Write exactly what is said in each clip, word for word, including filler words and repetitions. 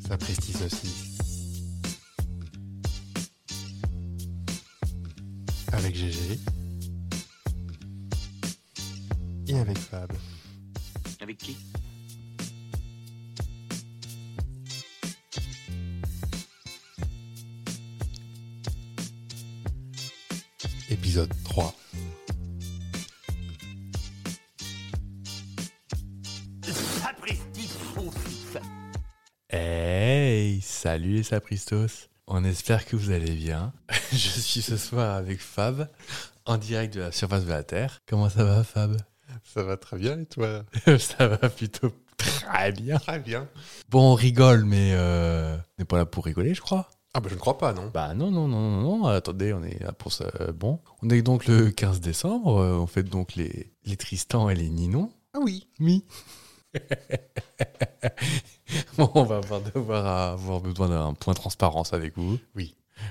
Sapristi Saucisse. Avec G G. Et avec Fab. Avec qui? Épisode trois. Sapristi Saucisse. Hey, salut les sapristos. On espère que vous allez bien. Je suis ce soir avec Fab, en direct de la surface de la Terre. Comment ça va, Fab? Ça va très bien et toi? Ça va plutôt très bien. Très bien. Bon, on rigole, mais euh, on n'est pas là pour rigoler, je crois. Ah bah je ne crois pas, non. Bah non, non, non, non, non. Attendez, on est là pour ça. Bon, on est donc le quinze décembre. euh, On fait donc les, les Tristan et les Ninon. Ah oui. Oui. Bon, on va avoir, devoir avoir besoin d'un point de transparence avec vous. Oui.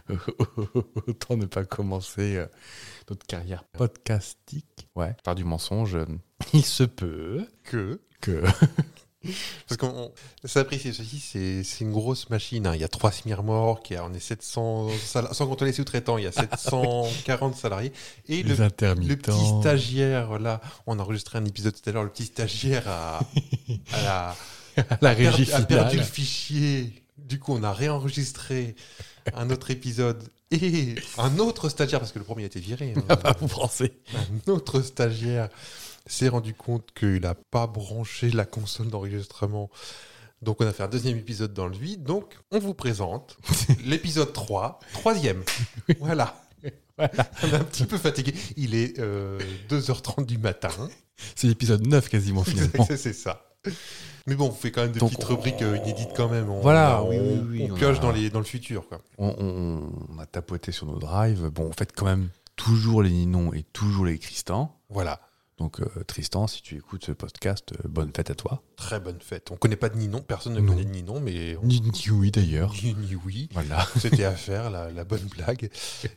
Autant ne pas commencer euh, notre carrière podcastique. Ouais, par du mensonge. euh, Il se peut Que que... Parce qu'on Sapristi Saucisse, c'est c'est une grosse machine. Hein. Il y a trois smirmorques, il y a, on est sept cents sal- sans compter les sous-traitants, il y a sept cent quarante salariés. Et Les le, intermittents. le petit stagiaire, là, on a enregistré un épisode tout à l'heure, le petit stagiaire a, a, la- La a régie perdu, a perdu finale. le fichier. Du coup, on a réenregistré un autre épisode. Et un autre stagiaire, parce que le premier a été viré. hein. Ah bah, vous pensez. Un autre stagiaire s'est rendu compte qu'il n'a pas branché la console d'enregistrement. Donc on a fait un deuxième épisode dans le vide. Donc on vous présente l'épisode trois, troisième. Voilà. Voilà. On est un petit peu fatigué. Il est euh, deux heures trente du matin. C'est l'épisode neuf quasiment finalement. C'est c'est ça. Mais bon, on fait quand même des Donc, petites on- rubriques euh, inédites quand même. On, Voilà, on, oui, oui, on- oui, on on pioche a- dans, les, dans le futur. Quoi. On, on- on a tapoté sur nos drives. Bon, on fait quand même toujours les Ninon et toujours les Tristan. Voilà. Donc euh, Tristan, si tu écoutes ce podcast, euh, bonne fête à toi. Très bonne fête. On connaît pas de Ninon. Personne ne Non. connaît de Ninon, mais on Ni, ni oui d'ailleurs. dit ni oui. Voilà. C'était à faire, la, la bonne blague.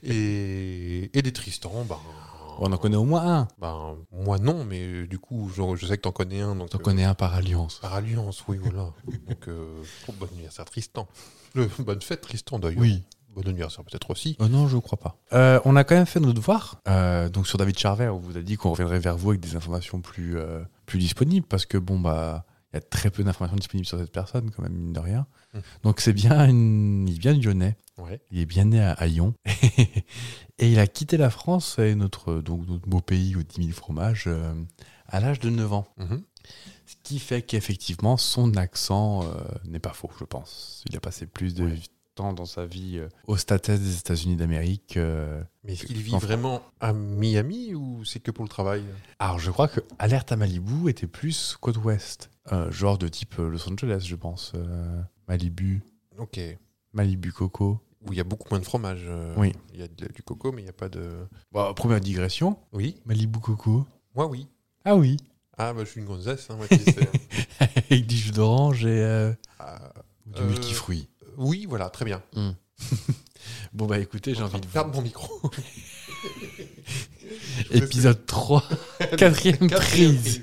Et, et des Tristan, ben, On en connaît au moins un. ben, moi non, mais euh, du coup, je, je sais que t'en connais un. Donc, T'en euh, connais un par alliance. par alliance, oui, voilà. Donc, euh, oh, bon anniversaire Tristan. Le, bonne fête Tristan d'ailleurs. Oui. Bon anniversaire peut-être aussi. Euh, non, je crois pas. Euh, on a quand même fait nos devoirs. Euh, donc sur David Charvet, on vous a dit qu'on reviendrait vers vous avec des informations plus, euh, plus disponibles parce que bon bah il y a très peu d'informations disponibles sur cette personne quand même mine de rien. Mmh. Donc c'est bien une... il vient de Lyonnais. Ouais. Il est bien né à, à Lyon et il a quitté la France et notre donc notre beau pays aux dix mille fromages euh, à l'âge de neuf ans. Mhm. Ce qui fait qu'effectivement son accent euh, n'est pas faux, je pense. Il a passé plus de Ouais. temps dans sa vie euh, au States des États-Unis d'Amérique. euh, Mais est-ce qu'il vit Enfin. vraiment à Miami ou c'est que pour le travail? Alors, je crois que Alerte à Malibu était plus côte ouest, euh, genre de type euh, Los Angeles, je pense. euh, Malibu, Ok. Malibu Coco. Où il y a beaucoup moins de fromage. euh, Oui. Il y a de- du coco, mais il n'y a pas de. Bon, première digression, Oui. Malibu Coco. Moi, oui. Ah oui, Ah, bah, je suis une gonzesse, hein, moi, tu sais. avec du jus d'orange et euh, Ah, du Euh, multifruit. oui, voilà, très bien. Bon, bah écoutez, j'ai envie de Ferme vous. mon micro. Épisode trois, quatrième Quatrième prise.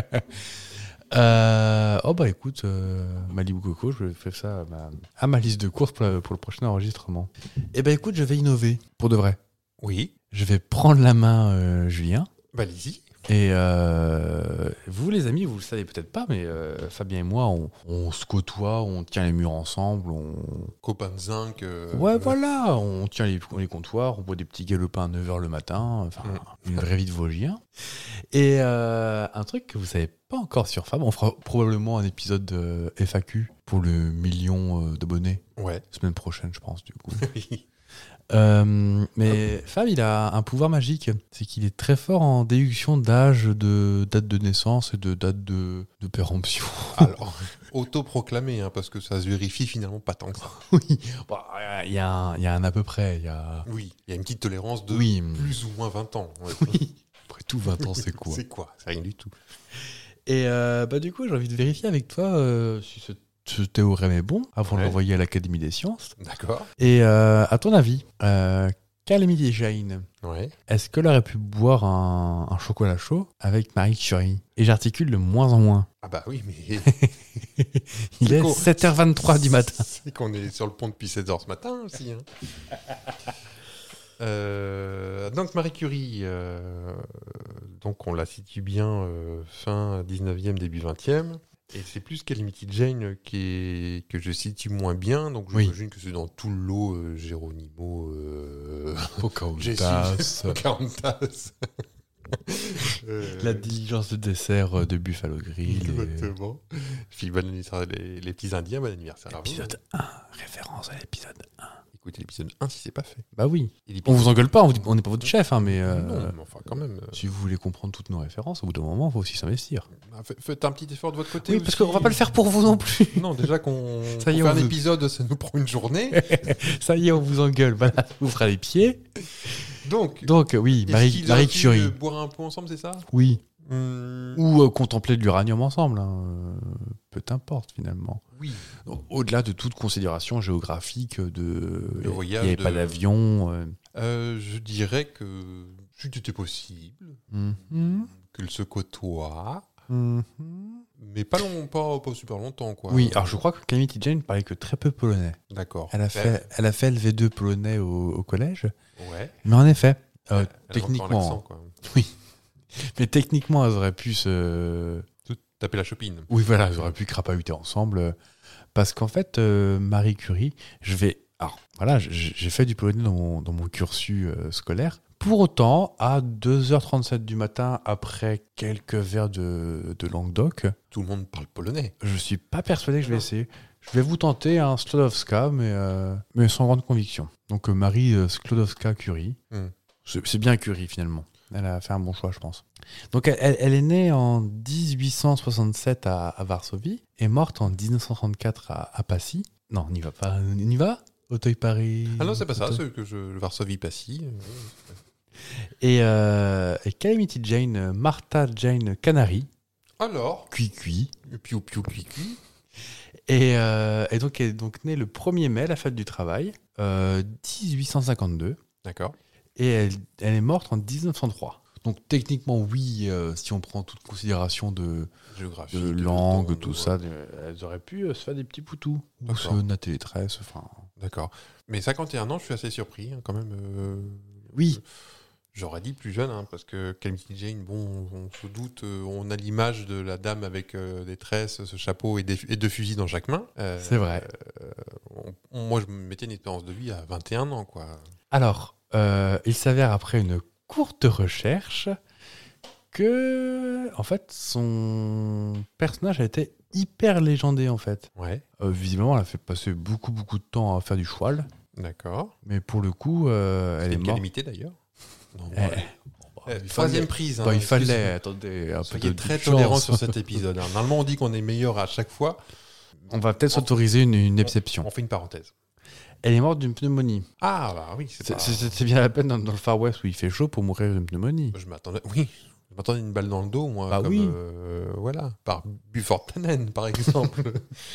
Euh, oh bah écoute, euh, Malibu Coco, je vais faire ça à ma, à ma liste de courses pour, la- pour le prochain enregistrement. Eh ben écoute, je vais innover, pour de vrai. Oui, Je vais prendre la main euh, Julien. bah allez-y. Et euh, vous les amis, vous le savez peut-être pas, mais euh, Fabien et moi, on, on se côtoie, on tient les murs ensemble, on... Copain de zinc. euh, Ouais voilà, on tient les, les comptoirs, on boit des petits galopins à neuf heures le matin, enfin une vraie vie de Vosgien. Et euh, un truc que vous savez pas encore sur Fab, on fera probablement un épisode de F A Q pour le million euh, d'abonnés, Ouais. semaine prochaine je pense du coup. Oui. Euh, mais Fab, il a un pouvoir magique. C'est qu'il est très fort en déduction d'âge, de date de naissance et de date de, de péremption. Alors, autoproclamé, hein, parce que ça se vérifie finalement pas tant que ça. Oui, Bon, il y, a un- il y a un à peu près. Il y a... Oui, il y a une petite tolérance de Oui, plus ou moins vingt ans. Ouais. oui. Après tout, vingt ans, c'est quoi? C'est quoi? C'est rien du tout. Et euh, bah, du coup, j'ai envie de vérifier avec toi euh, si ce, ce théorème est bon avant de Ouais. l'envoyer à l'Académie des sciences. D'accord. Et euh, à ton avis, euh, Calamity Jane, Ouais. est-ce qu'elle aurait pu boire un, un chocolat chaud avec Marie Curie? Et j'articule de moins en moins. Ah bah oui, mais Il est qu'on- sept heures vingt-trois du matin. C'est qu'on est sur le pont depuis sept heures ce matin aussi. Hein. Euh, donc Marie Curie, euh, donc on la situe bien euh, fin dix-neuvième, début vingtième. Et c'est plus Calamity Jane qui est, que je situe moins bien. Donc Oui. j'imagine que c'est dans tout le lot euh, Geronimo, euh, Pocahontas. Jésus, Pocahontas. Euh, La diligence de dessert de Buffalo Grill. et- Exactement. Puis bon anniversaire, les, les petits Indiens, bon anniversaire à vous. Épisode un, référence à l'épisode un. Écoutez l'épisode un si c'est pas fait. Bah oui. Et On l'épisode- vous engueule pas, on vous- on n'est pas votre chef, hein, mais euh, Non, mais enfin quand même. euh, si vous voulez comprendre toutes nos références, au bout d'un moment, il faut aussi s'investir. bah, fa- Faites un petit effort de votre côté. Oui, parce aussi. qu'on va pas le faire pour vous non plus. Non, déjà qu'on Ça y est, qu'on fait on un vous- épisode, ça nous prend une journée. Ça y est, on vous engueule. Voilà, on vous fera les pieds. Donc, Donc, oui, est-ce Marie, qu'il Marie aurait pu, Curie. euh, boire un pot ensemble, c'est ça Oui. Hum, Ou euh, contempler de l'uranium ensemble. hein, euh, Peu importe, finalement. Oui. Donc, au-delà de toute considération géographique, de. Le voyage Il n'y avait de- pas d'avion. euh, Euh, je dirais que si c'était possible, mhm, qu'ils se côtoient, mhm. mais pas, long, pas, pas super longtemps, quoi. Oui, alors je crois que Calamity Jane parlait que très peu polonais. D'accord. Elle a fait, elle a fait L V deux polonais au, au collège. Ouais. Mais en effet, euh, Elle a encore techniquement, l'accent, quoi. mais techniquement, elles auraient pu se. Tout taper la chopine. Oui, voilà, elles auraient pu crapahuter ensemble. euh, Parce qu'en fait, euh, Marie Curie, je vais. Alors, voilà, j- j'ai fait du polonais dans mon, dans mon cursus euh, scolaire. Pour autant, à deux heures trente-sept du matin, après quelques verres de, de Languedoc, Tout le monde parle polonais. je suis pas persuadé que je vais essayer. Je vais vous tenter un Sklodowska, mais, euh, mais sans grande conviction. Donc, euh, Marie euh, Sklodowska-Curie. Hmm. C'est c'est bien Curie, finalement. Elle a fait un bon choix, je pense. Donc, elle, elle- elle est née en dix-huit cent soixante-sept à, à Varsovie et morte en dix-neuf cent trente-quatre à, à Passy. Non, on n'y va pas. On y va Auteuil-Paris. Ah non, c'est pas ça, Auteuil- c'est que je, le Varsovie-Passy. Et, euh, et Calamity Jane, euh, Martha Jane Canary, Alors, cuit-cuit. piou piou cui cui. Et, euh, et donc, elle est donc née le premier mai, la fête du travail, euh, dix-huit cent cinquante-deux. D'accord. Et elle, elle est morte en dix-neuf cent trois. Donc techniquement, oui, euh, si on prend toute considération de, Géographie. de de langue, temps, tout de- ça, de- elles auraient pu euh, se faire des petits poutous. Ou D'accord. se natter les tresses, enfin... D'accord. Mais cinquante et un ans, je suis assez surpris, hein, quand même. euh, Oui, J'aurais dit plus jeune, hein, parce que Calamity Jane, bon, on se doute, euh, on a l'image de la dame avec euh, des tresses, ce chapeau et, des, et deux fusils dans chaque main. Euh, c'est vrai. on- on- moi, je me mettais une espérance de vie à vingt et un ans, quoi. Alors, euh, il s'avère après une courte recherche que, en fait, son personnage a été hyper légendé, en fait. Ouais, Euh, visiblement, elle a fait passer beaucoup, beaucoup de temps à faire du cheval. d'accord. Mais pour le coup, euh, elle est C'était morte. calamité, d'ailleurs. Non, Eh, ouais. bah, Eh, il troisième fallait- prise. bah, hein, il fallait, excusez-moi. attendez, un peu Soyez de très de tolérants chance. sur cet épisode. hein. Normalement, on dit qu'on est meilleur à chaque fois. On va peut-être s'autoriser une, une exception. On fait une parenthèse. Elle est morte d'une pneumonie. Ah, bah oui, c'est C'est pas... c'est- c'est bien la peine dans, dans le Far West où il fait chaud pour mourir d'une pneumonie. Je m'attendais... Oui, je m'attendais à une balle dans le dos, moi. Bah comme, oui. euh, voilà, par Buford Tannen, par exemple.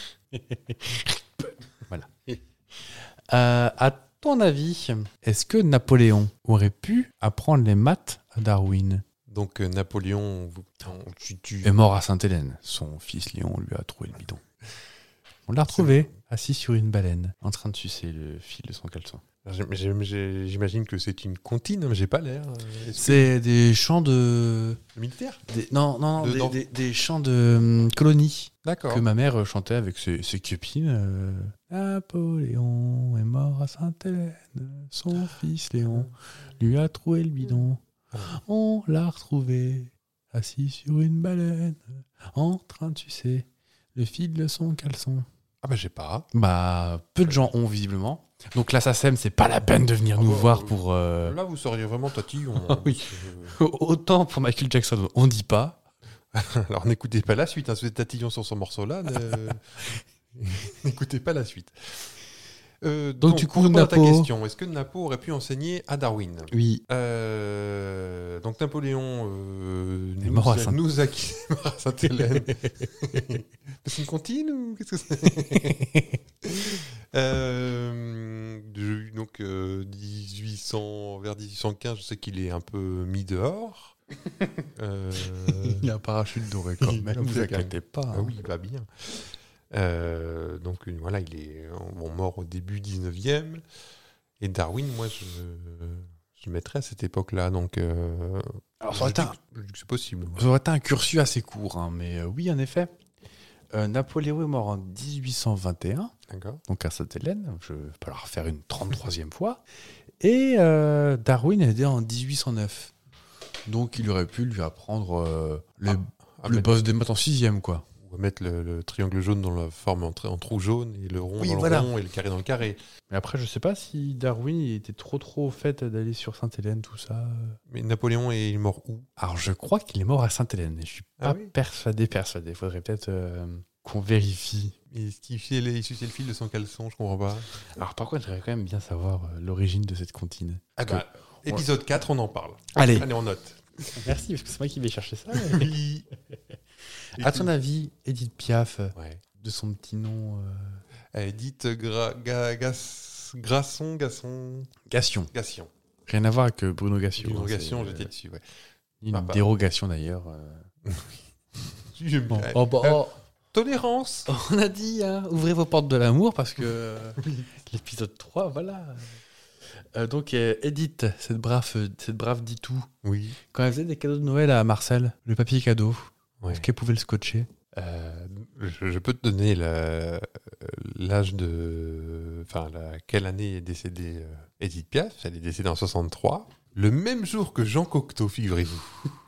Euh, à ton avis, est-ce que Napoléon aurait pu apprendre les maths à Darwin? Donc, euh, Napoléon... vous- on- tu, tu- Est mort à Sainte-Hélène. Son fils Léon lui a trouvé le bidon. On l'a retrouvé, assis sur une baleine, en train de sucer le fil de son caleçon. J'ai- j'ai- j'ai- J'imagine que c'est une comptine, mais j'ai pas l'air. euh, est-ce que- C'est des champs de... militaire. des- Non, non, non, De- des, dans- des- des chants de hum, colonies D'accord. que ma mère euh, chantait avec ses, ses copines. euh, Napoléon est mort à Sainte-Hélène, son fils Léon lui a trouvé le bidon. On l'a retrouvé assis sur une baleine, en train de sucer le fil de son caleçon. Ah bah j'ai pas. Bah, peu de gens ont visiblement. Donc là, ça sème, c'est pas la peine de venir Ah nous bah, voir euh, pour. euh, Là, vous seriez vraiment tatillon. Ah oui. Euh, Autant pour Michael Jackson, on dit pas. Alors n'écoutez pas la suite. Hein. Si vous êtes tatillon sur ce morceau-là, ne- n'écoutez pas la suite. Euh, donc, du pour coup, répondre à ta Napo- question, est-ce que Napo aurait pu enseigner à Darwin? Oui. Euh, donc Napoléon euh, est nous, mort à a, Saint- nous a quittés à Sainte-Hélène. C'est une comptine ou qu'est-ce que c'est? euh, je- Donc euh, dix-huit cents, vers dix-huit cent quinze, je sais qu'il est un peu mis dehors. Euh, Il a un parachute doré quand Il même, a vous fait inquiétez pas. Ah hein. oui, il va bien. Euh, donc euh, voilà, il est bon, mort au début dix-neuvième. Et Darwin, moi, je, je le mettrais à cette époque-là. Donc, euh, Alors, je ça aurait été dis un- que- je dis que c'est possible. ça aurait été un cursus assez court, hein, mais euh, oui, en effet. Euh, Napoléon est mort en dix-huit cent vingt et un, D'accord. donc à Sainte-Hélène. Je vais pas la refaire une trente-troisième fois. Et euh, Darwin est né en dix-huit cent neuf. Donc il aurait pu lui apprendre euh, les- À le mettre, boss des maths en sixième, quoi. ou à mettre le, le triangle jaune dans la forme en, tra- en trou jaune, et le rond Oui, dans voilà. le rond, et le carré dans le carré. Mais après, je sais pas si Darwin il était trop trop au fait d'aller sur Sainte-Hélène, tout ça. Mais Napoléon est mort où? Alors je crois qu'il est mort à Sainte-Hélène. Et je suis pas Ah oui persuadé, persuadé. Il faudrait peut-être euh, qu'on vérifie. Est-ce qu'il suçait les- il suçait le fil de son caleçon? Je comprends pas. Alors par contre, j'aimerais quand même bien savoir euh, l'origine de cette comptine. Ah Parce bah, épisode quatre, on en parle. Allez, Allez, on note. merci, parce que c'est moi qui vais chercher ça. Oui. À ton avis, Edith Piaf, Ouais. de son petit nom euh, Edith Gra Ga- Gas- Grasson, Gasson, Gassion. Gassion. Rien à voir avec euh, Bruno Gassio. Une hein, dérogation, c'est, euh, j'étais dessus, ouais. Une Ah bah. dérogation d'ailleurs. euh. J'aime Bon, bien. oh, bah, Euh, oh, Tolérance. on a dit, hein, ouvrez vos portes de l'amour parce que euh, l'épisode trois, voilà. Euh, donc euh, Edith, cette brave, cette brave Ditou, Oui. quand elle faisait des cadeaux de Noël à Marcel, le papier cadeau, Ouais. est-ce qu'elle pouvait le scotcher? Euh, je, je peux te donner la- l'âge de. Enfin, la, quelle année est décédée euh, Edith Piaf? Elle est décédée en soixante-trois. Le même jour que Jean Cocteau, figurez-vous.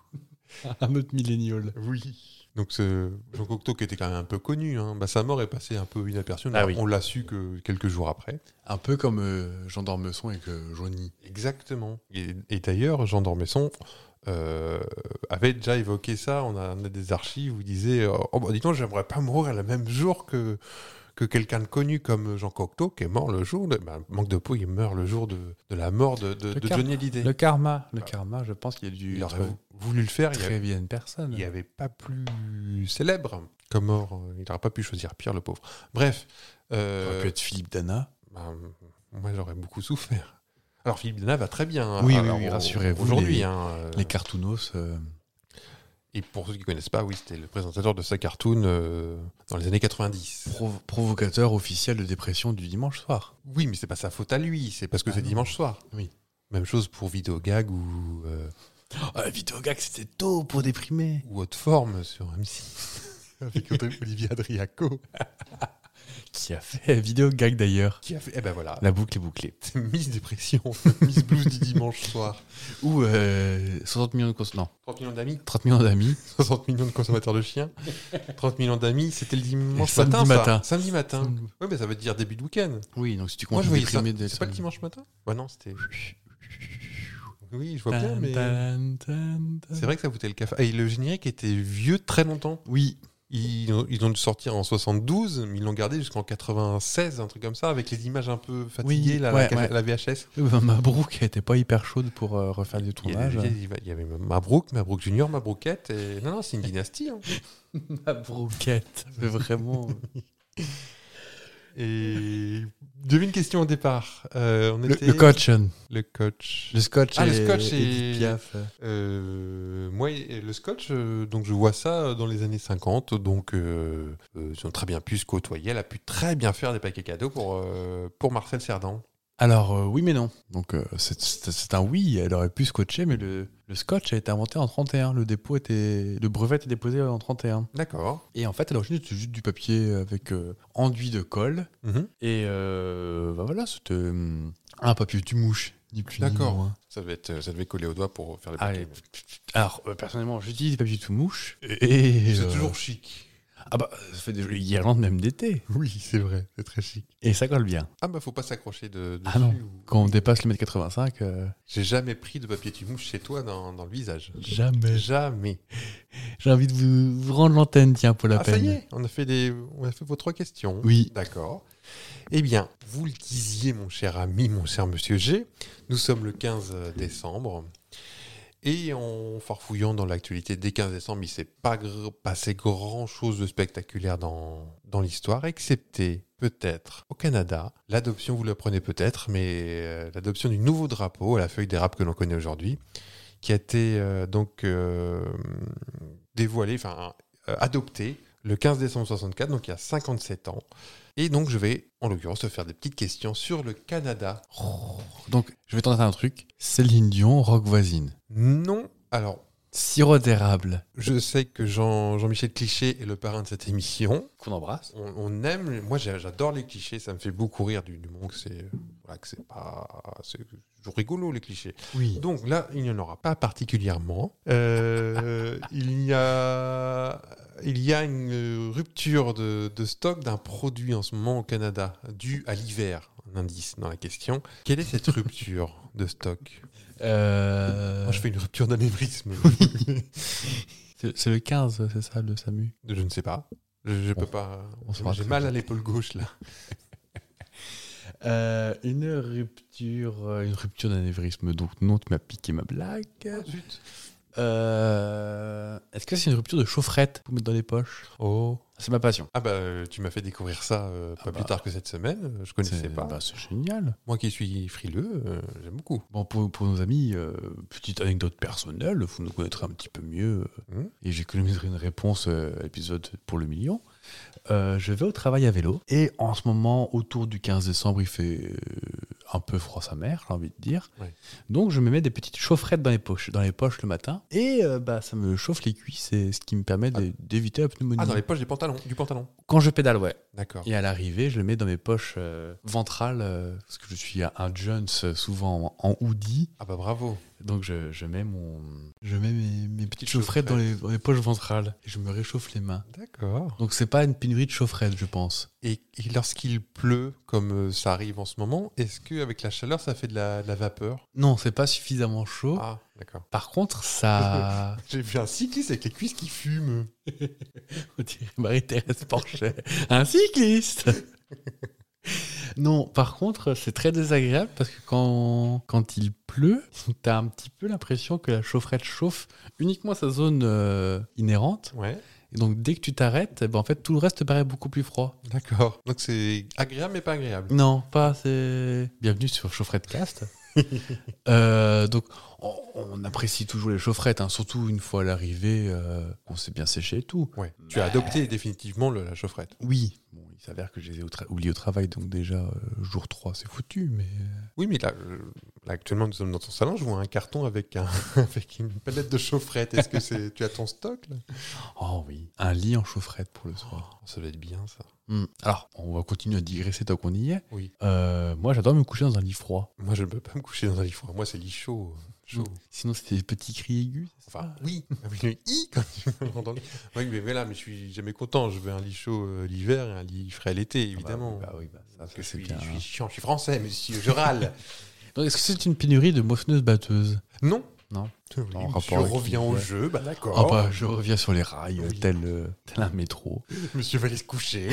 Un autre millénial. Oui. Donc, ce Jean Cocteau, qui était quand même un peu connu, hein, bah, sa mort est passée un peu inaperçue. Ah oui. On l'a su que quelques jours après. Un peu comme euh, Jean d'Ormesson et que Johnny. Exactement. Et, et d'ailleurs, Jean d'Ormesson euh, avait déjà évoqué ça. On a, on a des archives où il disait euh, Oh, bah, dis donc, j'aimerais pas mourir le même jour que, que quelqu'un de connu comme Jean Cocteau, qui est mort le jour de. Bah, manque de peau, il meurt le jour de, de la mort de, de, Le de car- Johnny Hallyday. Le karma, le karma, je pense qu'il y a dû Il être aurait voulu le faire. Il y très avait, vilaine personne. il y avait pas plus célèbre comme mort. Il n'aurait pas pu choisir pire, le pauvre. Bref. euh, Ça aurait pu être Philippe Dana. bah, moi, j'aurais beaucoup souffert. Alors, Philippe Dana va très bien. hein. Oui, oui, Alors, oui, au- rassurez-vous, Aujourd'hui, les- hein, euh, Les cartoonos. euh, Et pour ceux qui ne connaissent pas, oui, c'était le présentateur de sa cartoon euh, dans les années quatre-vingt-dix. Provo- provocateur officiel de dépression du dimanche soir. Oui, mais c'est pas sa faute à lui, c'est parce que Ah c'est non. dimanche soir. Oui. Même chose pour Vidéogag ou, euh, Oh, la vidéo gag, c'était tôt pour déprimer. ou Haute Forme sur M six. Avec Audrey- Olivier Adriaco. Qui a fait vidéo gag d'ailleurs. Qui a fait. Eh ben voilà. La boucle est bouclée. C'est Miss Dépression, Miss Blues du dimanche soir. Ou euh, soixante millions de cons- non, trente millions d'amis. trente millions d'amis. soixante millions de consommateurs de chiens. trente millions d'amis, c'était le dimanche Samedi matin. ça. matin. Samedi matin. Oui, mais ça veut dire début de week-end. Oui, donc si tu Moi, comptes je voyais ça. déprimer dès C'est pas le dimanche matin? Ouais, non, c'était. Oui, je vois bien, mais. C'est vrai que ça foutait le café. Et le générique était vieux très longtemps. Oui. Ils, ont- ils ont dû sortir en soixante-douze, mais ils l'ont gardé jusqu'en quatre-vingt-seize, un truc comme ça, avec les images un peu fatiguées, Oui, là, ouais, la, ouais. la V H S. Mabrouk était pas hyper chaude pour euh, refaire les Il y, tournages. avait, il y avait Mabrouk, Mabrouk Junior, Mabroukette. Et... Non, non, c'est une dynastie. hein. Mabroukette, mais vraiment. Et j'avais une question au départ. Euh, on Le, était... le coach. Le coach. Le scotch Ah, le et scotch et- Edith Piaf. Euh, moi, et le scotch, euh, donc je vois ça dans les années cinquante. Donc, euh, euh, ils ont très bien pu se côtoyer. Elle a pu très bien faire des paquets cadeaux pour, euh, pour Marcel Cerdan. Alors, euh, oui mais non. Donc, euh, c'est- c'est c'est un oui, elle aurait pu scotcher, mais le, le scotch a été inventé en trente et un. Le dépôt était, le brevet était déposé en trente et un. D'accord. Et en fait, à l'origine, c'était juste du papier avec euh, enduit de colle. Mhm. Et euh, bah voilà, c'était hum, un papier tu mouche, ni plus ni D'accord. moins. Ça devait, être, ça devait coller au doigt pour faire les Ah, paquets. et- alors, euh, personnellement, j'utilise des papiers tout mouche. Et, C'est euh, toujours chic. Ah bah, ça fait des guirlandes même d'été. Oui, c'est vrai. C'est très chic. Et ça colle bien. Ah bah, faut pas s'accrocher de, dessus. Ah non. ou- Quand on dépasse le mètre quatre-vingt-cinq, euh, J'ai jamais pris de papier tu-mouche chez toi dans, dans le visage. jamais. Jamais. J'ai envie de vous, vous rendre l'antenne, tiens, pour la Ah, peine. ça y est, on a fait, des, on a fait vos trois questions. Oui. D'accord. Eh bien, vous le disiez, mon cher ami, mon cher monsieur G, nous sommes le quinze décembre. Et en farfouillant dans l'actualité des quinze décembre, il ne s'est pas gr- passé grand-chose de spectaculaire dans, dans l'histoire, excepté peut-être au Canada, l'adoption, vous l'apprenez peut-être, mais euh, l'adoption du nouveau drapeau à la feuille d'érable que l'on connaît aujourd'hui, qui a été euh, donc euh, dévoilé, enfin euh, adopté le quinze décembre soixante-quatre, donc il y a cinquante-sept ans. Et donc je vais, en l'occurrence, te faire des petites questions sur le Canada. Oh, donc, je vais tenter un truc. Céline Dion, rock voisine. Non, alors, Sirop d'érable. je sais que Jean, Jean-Michel Cliché est le parrain de cette émission. Qu'on embrasse. On, on aime, moi j'ai- j'adore les clichés, ça me fait beaucoup rire du, du moment que c'est euh, voilà, que c'est pas, c'est toujours rigolo les clichés. Oui. Donc là, il n'y en aura pas particulièrement. Euh, il y a, il y a une euh, rupture de, de stock d'un produit en ce moment au Canada, due à l'hiver. Un indice dans la question. Quelle est cette rupture de stock? Euh... Moi, je fais une rupture d'anévrisme. C'est c'est le quinze, c'est ça, le SAMU. Je ne sais pas. Je, je peux On- pas. on saura J'ai très mal vite. à l'épaule gauche là. Euh, une rupture, euh, une rupture d'anévrisme. Donc non, tu m'as piqué ma blague. Zut. Euh, Est-ce que c'est une rupture de chaufferette pour mettre dans les poches? Oh. C'est ma passion. Ah bah euh, tu m'as fait découvrir ça euh, pas Ah plus bah. tard que cette semaine. euh, Je connaissais C'est pas. bah, c'est génial. Moi qui suis frileux, euh, j'aime beaucoup. Bon, pour, pour nos amis, euh, petite anecdote personnelle, vous nous connaîtrez un petit peu mieux. euh, Mmh. Et j'économiserai une réponse euh, à l'épisode pour le million. Euh, je vais au travail à vélo. Et en ce moment, autour du quinze décembre, il fait euh, un peu froid sa mère, j'ai envie de dire. Ouais. Donc je me mets des petites chaufferettes dans les poches, dans les poches le matin. Et euh, bah, ça me chauffe les cuisses, et ce qui me permet de- d'éviter la pneumonie. Ah, dans les poches des pantalons, du pantalon. Quand je pédale, ouais. D'accord. Et à l'arrivée, je le mets dans mes poches euh, ventrales, euh, parce que je suis un Jones euh, souvent en, en hoodie. Ah bah bravo. Donc je, je mets, mon, je mets mes, mes petites Petites chaufferettes dans les, dans les poches ventrales. Et je me réchauffe les mains. D'accord. Donc c'est pas une pénurie de chaufferettes, je pense. Et, et lorsqu'il pleut, comme euh, ça arrive en ce moment, est-ce qu'avec la chaleur, ça fait de la, de la vapeur? Non, c'est pas suffisamment chaud. Ah, d'accord. Par contre, ça... J'ai vu un cycliste avec les cuisses qui fument. On dirait Marie-Thérèse Porchet. Un cycliste. Non, par contre, c'est très désagréable parce que quand, quand il pleut, t'as un petit peu l'impression que la chaufferette chauffe uniquement sa zone euh, inhérente. Ouais. Et donc, dès que tu t'arrêtes, eh ben, en fait, tout le reste te paraît beaucoup plus froid. D'accord. Donc c'est agréable mais pas agréable. Non, pas assez. Bienvenue sur Chaufferette Cast. Euh, donc, on, on apprécie toujours les chaufferettes, hein, surtout une fois à l'arrivée, euh, on s'est bien séché et tout. Ouais. Tu as adopté définitivement le- la chaufferette. Oui, bon, il s'avère que je les ai outra- oubliés au travail, donc déjà, euh, jour trois, c'est foutu, mais... Oui, mais là, euh, là, actuellement, nous sommes dans ton salon. Je vois un carton avec, un, avec une palette de chaufferettes. Est-ce que c'est, tu as ton stock là? Oh oui, un lit en chaufferette pour le soir. Ça doit être bien ça. Hmm. Alors, on va continuer à digresser tant qu'on y est. Oui. Euh, moi, j'adore me coucher dans un lit froid. Moi, je ne peux pas me coucher dans un lit froid. Moi, c'est lit chaud. chaud. Sinon, c'est des petits cris aigus. c'est ça Enfin, oui. Avec le i quand tu me dans le lit. Oui, mais voilà, mais je suis jamais content. Je veux un lit chaud euh, l'hiver et un lit frais l'été, évidemment. Bah oui, bah, ça, Parce que je c'est suis, bien. je suis chiant, je suis français, monsieur, je râle. Donc, est-ce que c'est une pénurie de moissonneuses-batteuses? Non. Non. Oui, En je rapport avec reviens au l'hiver. jeu, bah Oh d'accord. bah, je reviens sur les rails, euh, Oui. tel, euh, tel un métro. Monsieur va aller se coucher.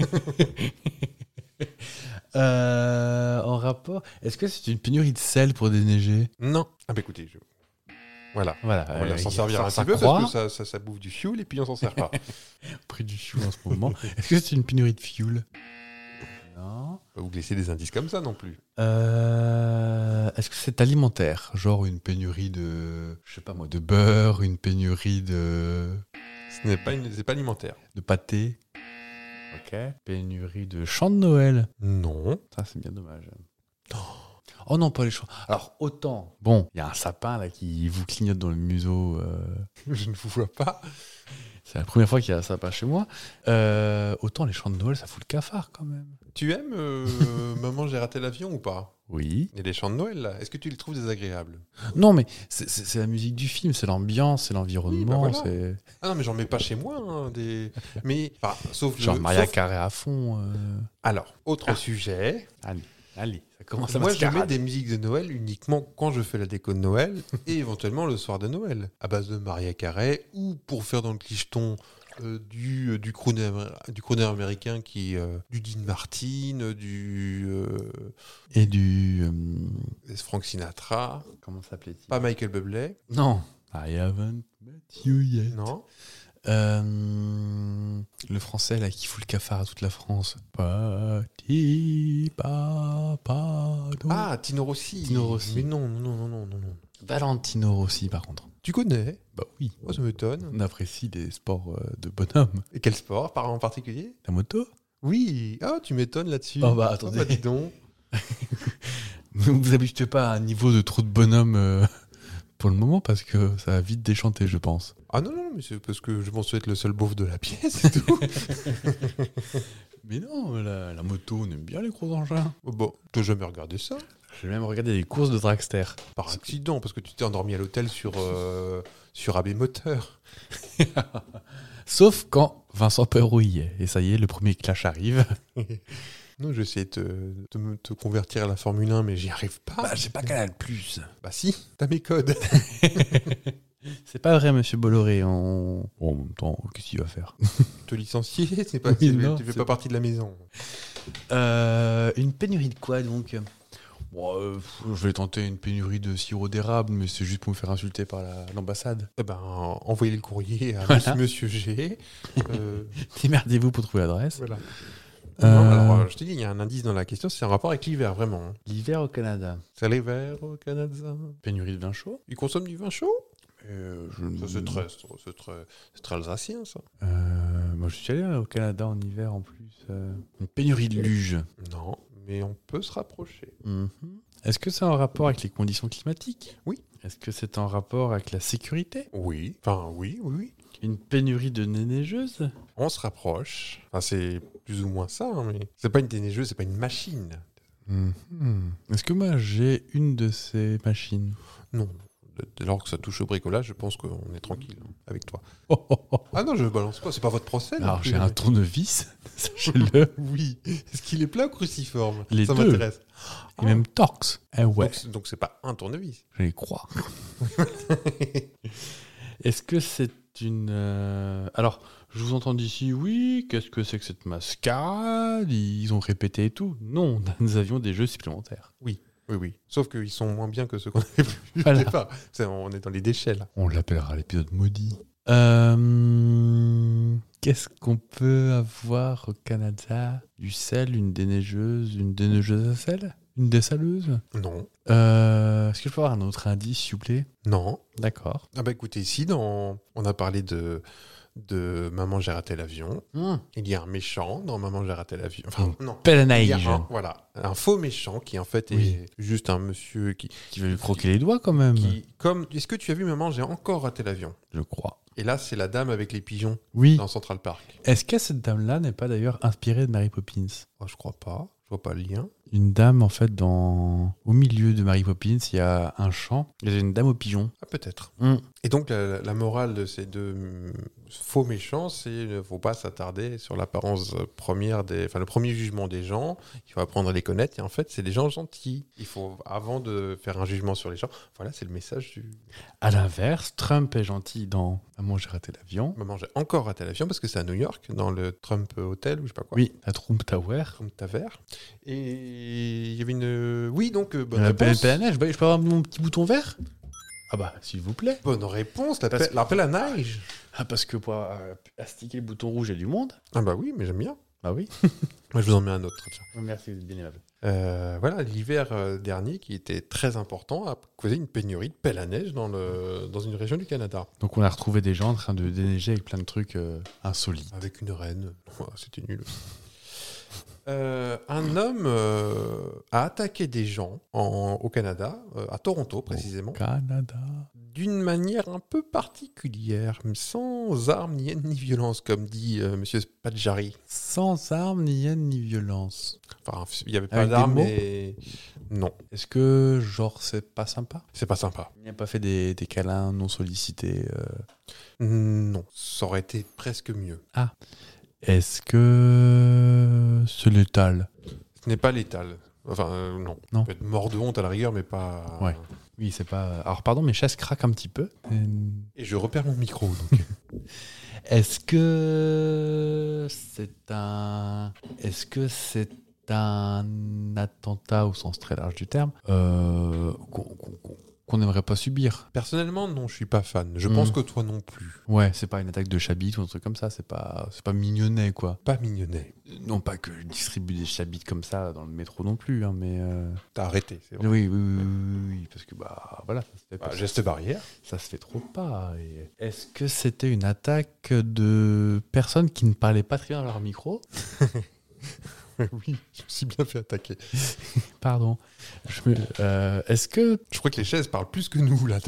Euh, en rapport, est-ce que c'est une pénurie de sel pour déneiger? Non. Ah bah écoutez, je... voilà. Voilà, On va euh, s'en il- servir ça- un ça petit peu croît. parce que ça, ça, ça bouffe du fioul et puis on s'en sert pas. Prix du fioul en ce moment. Est-ce que c'est une pénurie de fioul? Non. Pas vous laisser des indices comme ça non plus. Euh, est-ce que c'est alimentaire? Genre une pénurie de, je sais pas moi, de beurre, une pénurie de, Ce n'est pas, une... c'est pas alimentaire. de pâté? Ok. Pénurie de champs de Noël? Non. Ça, c'est bien dommage. Oh non, pas les champs. Alors, autant. Bon, il y a un sapin là qui vous clignote dans le museau. euh, Je ne vous vois pas. C'est la première fois qu'il y a un sapin chez moi. Euh, autant les champs de Noël, ça fout le cafard quand même. Tu aimes euh, Maman, j'ai raté l'avion ou pas? Oui. Et les chants de Noël là, est-ce que tu les trouves désagréables? Non, mais c'est- c'est c'est la musique du film, c'est l'ambiance, c'est l'environnement, Oui, bah voilà. c'est Ah non, mais j'en mets pas chez moi. hein, des... Mais, enfin, sauf genre le... Maria sauf- Carré à fond. euh. Alors, autre Ah. sujet. Allez, allez, ça commence à Moi, je mets mascarade. des musiques de Noël uniquement quand je fais la déco de Noël et éventuellement le soir de Noël, à base de Maria Carey ou pour faire dans le clicheton euh, du, euh, du, crooner, améri- du crooner américain qui euh, du Dean Martin, euh, du euh, Et du... euh, Frank Sinatra, comment s'appelait-il? pas Michael Bublé, Non. I haven't met you yet. non. Euh, le français là qui fout le cafard à toute la France. Pati, papa, Ah, Tino Rossi. Tino Rossi. Mais non, non, non, non, non, non. Valentino Rossi par contre. Tu connais? Bah oui. Oh, ça m'étonne. On apprécie les sports euh, de bonhomme. Et quel sport par en particulier? La moto? Oui. Ah, tu m'étonnes là-dessus. Oh bah attendez. Oh, bah, dis donc. Ne vous habituez pas à un niveau de trop de bonhomme euh, pour le moment parce que ça va vite déchanter, je pense. Ah non, non, mais c'est parce que je pense être le seul beauf de la pièce, c'est tout. Mais non, la, la moto, on aime bien les gros engins. Oh, bon, t'as jamais regardé ça? J'ai même regardé des courses de dragster. Par accident, parce que tu t'es endormi à l'hôtel sur, euh, sur A B Moteur. Sauf quand Vincent Perrault y est. Et ça y est, le premier clash arrive. Non, je vais te, de me- te convertir à la Formule un, mais j'y arrive pas. Bah, j'ai pas Canal plus. Bah si, t'as mes codes. C'est pas vrai, monsieur Bolloré. On... Bon, en même temps, qu'est-ce qu'il va faire? Te licencier, c'est pas, Oui, c'est- non, tu fais c'est pas pas- partie de la maison. Euh, une pénurie de quoi donc? Bon, euh, je vais tenter une pénurie de sirop d'érable, mais c'est juste pour me faire insulter par la- l'ambassade. Eh ben, envoyez le courrier à Voilà. Monsieur G. Euh, Démerdez-vous pour trouver l'adresse. voilà. Euh, Non, alors, euh, je te dis, il y a un indice dans la question, c'est un rapport avec l'hiver, vraiment. hein. L'hiver au Canada. C'est l'hiver au Canada. Pénurie de vin chaud. Ils consomment du vin chaud? Euh, je... Ça, c'est très, c'est très, c'est très alsacien, ça. Euh, moi, je suis allé au Canada en hiver en plus. euh. Une pénurie de luge. Non, mais on peut se rapprocher. Mhm. Est-ce que c'est en rapport avec les conditions climatiques? Oui. Est-ce que c'est en rapport avec la sécurité? Oui. Enfin, oui, oui, oui. Une pénurie de neigeuses? On se rapproche. Enfin, c'est plus ou moins ça, hein, mais c'est pas une déneigeuse, c'est pas une machine. Mhm. Est-ce que moi j'ai une de ces machines? Non. Dès lors que ça touche au bricolage, je pense qu'on est tranquille hein, avec toi. Oh, oh, oh. Ah non, je balance pas, c'est pas votre procès. non Alors plus. j'ai un tournevis, sachez-le, Oui. Est-ce qu'il est plat ou cruciforme? Les Ça deux. m'intéresse. et même Torx. Eh ouais, Donc, c'est- donc c'est pas un tournevis. je les crois. Est-ce que c'est une... euh, Alors, je vous entends d'ici, oui, qu'est-ce que c'est que cette mascarade? Ils ont répété et tout. Non, nous avions des jeux supplémentaires. Oui, oui. Sauf qu'ils sont moins bien que ceux qu'on avait vus Voilà. au départ. C'est- on est dans les déchets, là. On l'appellera l'épisode maudit. Euh, Qu'est-ce qu'on peut avoir au Canada? Du sel, une déneigeuse, une déneigeuse à sel? Une dessaleuse? Non. Euh, Est-ce que je peux avoir un autre indice, s'il vous plaît? Non. D'accord. Ah bah écoutez, ici, dans... on a parlé de... de Maman, j'ai raté l'avion. Il y a un méchant dans Maman, j'ai raté l'avion. Enfin, non. Pelle à Il y a neige. un, voilà, un faux méchant qui en fait Oui. est juste un monsieur qui, Qui veut lui croquer les doigts quand même. qui comme est-ce que tu as vu Maman j'ai encore raté l'avion? Je crois. Et là c'est la dame avec les pigeons Oui. dans Central Park. Est-ce que cette dame-là n'est pas d'ailleurs inspirée de Mary Poppins? Oh, je crois pas, je vois pas le lien. Une dame, en fait, dans... au milieu de Mary Poppins, il y a un champ. Il y a une dame aux pigeons. Ah, peut-être. Mm. Et donc la, la morale de ces deux hum, faux méchants, c'est il ne faut pas s'attarder sur l'apparence première des, enfin le premier jugement des gens. Il faut apprendre à les connaître et en fait c'est des gens gentils. Il faut avant de faire un jugement sur les gens. Voilà, c'est le message du. À l'inverse, Trump est gentil dans Maman, j'ai raté l'avion. Maman, j'ai encore raté l'avion parce que c'est à New York, dans le Trump Hotel ou je sais pas quoi. Oui, la Trump Tower. Trump Tower. Et il y avait une. Oui, donc euh, bonne La pelle réponse. pelle à neige. Bah, je peux avoir mon petit bouton vert? Ah bah, s'il vous plaît. Bonne réponse, la Parce pelle, la pelle à neige. Ah, parce que pour euh, astiquer le bouton rouge, il y a du monde. Ah bah oui, mais j'aime bien. Bah oui. Moi, je vous en mets un autre. Tiens. Merci, vous êtes bien aimable. Euh, voilà, l'hiver euh, dernier, qui était très important, a causé une pénurie de pelle à neige dans, le, dans une région du Canada. Donc on a retrouvé des gens en train de déneiger avec plein de trucs euh, insolites. Avec une reine. Ouais, c'était nul aussi. Euh, un homme euh, a attaqué des gens en- au Canada, euh, à Toronto précisément, Canada. d'une manière un peu particulière, sans armes ni haine ni violence, comme dit euh, Monsieur Spadjari. Sans armes, ni haine, ni violence. Enfin, il n'y avait pas Avec des d'armes, mots mais non, Est-ce que, genre, c'est pas sympa? c'est pas sympa. Il n'y a pas fait des, des câlins non sollicités euh. Non, ça aurait été presque mieux. Est-ce que c'est létal? Ce n'est pas létal. Enfin, euh, non. Non. On peut être mort de honte à la rigueur, mais pas. Ouais. Oui, c'est pas... Alors, pardon, mes chaises craquent un petit peu. Euh, Et je repère mon micro. Donc. Est-ce que c'est un... Est-ce que c'est un attentat au sens très large du terme euh, qu'on, qu'on- qu'on- qu'on n'aimerait pas subir. Personnellement, non, je suis pas fan. Je Mm. pense que toi non plus. Ouais, c'est pas une attaque de chabit ou un truc comme ça, c'est pas, c'est pas mignonnet, quoi. Pas mignonnet. Non pas que je distribue des chabits comme ça dans le métro non plus, hein, mais... euh, T'as arrêté, c'est vrai. Oui, oui, oui, oui, oui, parce que, bah, voilà, ça se fait, Bah, pas, geste barrière. ça se fait trop pas. Et est-ce que c'était une attaque de personnes qui ne parlaient pas très bien dans leur micro? Oui, je me suis bien fait attaquer. Pardon. Je me- euh, est-ce que Je crois que les chaises parlent plus que nous, là.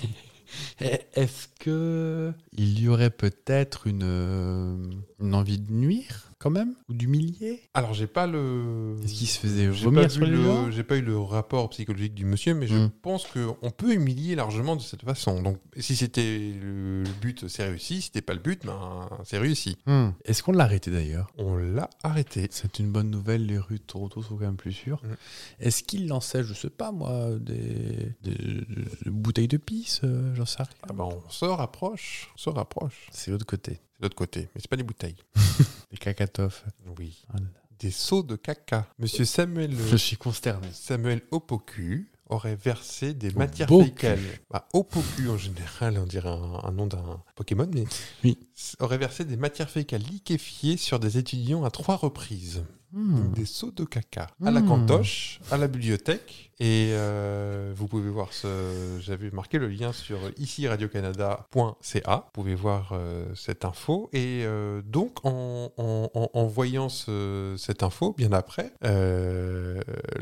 Est-ce que il y aurait peut-être une, euh, une envie de nuire quand même ou d'humilier? Alors, j'ai pas le... Est-ce qu'il se faisait J'ai vomir pas, sur vu les gens? le... j'ai pas eu le rapport psychologique du monsieur, mais je Mm. pense qu'on peut humilier largement de cette façon. Donc, si c'était le le but, c'est réussi. Si c'était pas le but, ben, c'est réussi. Hmm. Est-ce qu'on l'a arrêté d'ailleurs? On l'a arrêté. C'est une bonne nouvelle, les rues de Toronto sont quand même plus sûres. Mm. Est-ce qu'il lançait, je sais pas moi, des, des- des bouteilles de pisse, euh, j'en sais rien. Ah ben, on se rapproche. On se rapproche. C'est l'autre côté. C'est de l'autre côté, mais c'est pas des bouteilles. Des cacatoffes. Oui. Voilà. Des seaux de caca. Monsieur Samuel... Je suis consterné. Samuel Opoku aurait versé des matières Opoku. fécales. Bah, Opoku, en général, on dirait un, un nom d'un Pokémon, mais Oui. aurait versé des matières fécales liquéfiées sur des étudiants à trois reprises. Hmm. Donc, des seaux de caca. À la Hmm. cantoche, à la bibliothèque. Et euh, vous pouvez voir ce... J'avais marqué le lien sur ici radio canada point c a. Vous pouvez voir euh, cette info. Et euh, donc, en, en, en- en voyant ce- cette info, bien après, euh,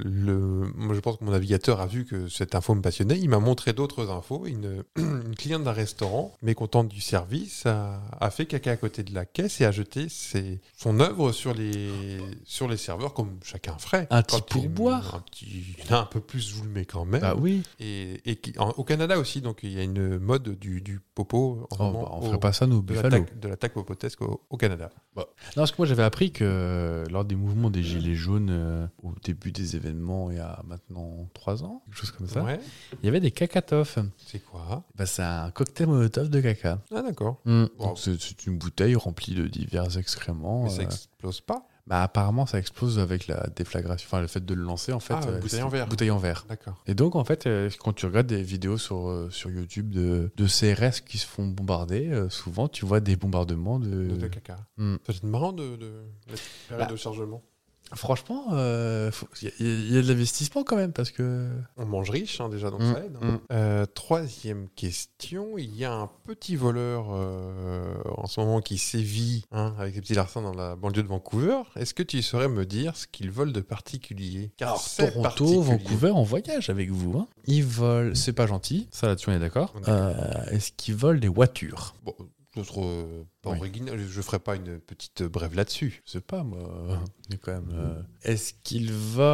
le... moi, je pense que mon navigateur a vu que cette info me passionnait. Il m'a montré d'autres infos. Une, une cliente d'un restaurant, mécontente du service, a, a fait caca à côté de la caisse et a jeté ses- son œuvre sur les, sur les serveurs, comme chacun ferait. Un Quand petit il- pourboire. Un petit... Il a un peu plus, je vous le mets quand même. Bah oui. Et, et qui- en- au Canada aussi, donc il y a une mode du, du popo en ce Oh, moment, bah, on au- ferait pas ça, nous, de Buffalo. l'attaque de l'attaque popotesque au, au Canada. Non, parce que moi j'avais appris que euh, lors des mouvements des Gilets jaunes, euh, au début des événements, il y a maintenant trois ans, quelque chose comme ça, Ouais, il y avait des cacatoffes. c'est quoi? Bah, c'est un cocktail molotov de caca. Ah d'accord. Mm. Wow. Donc, c'est, c'est une bouteille remplie de divers excréments. Mais ça euh, explose pas? bah, apparemment, ça explose avec la déflagration, enfin le fait de le lancer en fait. Ah, euh, bouteille c'est- en verre. Bouteille en verre. D'accord. Et donc, en fait, euh, quand tu regardes des vidéos sur, euh, sur YouTube de, de C R S qui se font bombarder, euh, souvent tu vois des bombardements de. De, de caca. Mm. Ça va être marrant de, de la période Bah. de chargement. Franchement, euh, faut- il y, a- il y a de l'investissement quand même parce que. On mange riche hein, déjà, donc Mm, ça aide. hein. mm. Euh, troisième question, il y a un petit voleur euh, en ce moment qui sévit hein, avec ses petits larcins dans la banlieue de Vancouver. Est-ce que tu saurais me dire ce qu'il vole de particulier? Car Alors, c'est Toronto, particulier. Vancouver, on voyage avec vous. Hein. Ils volent, c'est pas gentil, ça là-dessus on est d'accord. On est Euh, est-ce qu'ils volent des voitures? Bon, d'autres, euh, pas Oui. original, je ferai pas une petite brève là-dessus. Je sais pas moi, mais quand même. euh, Est-ce qu'ils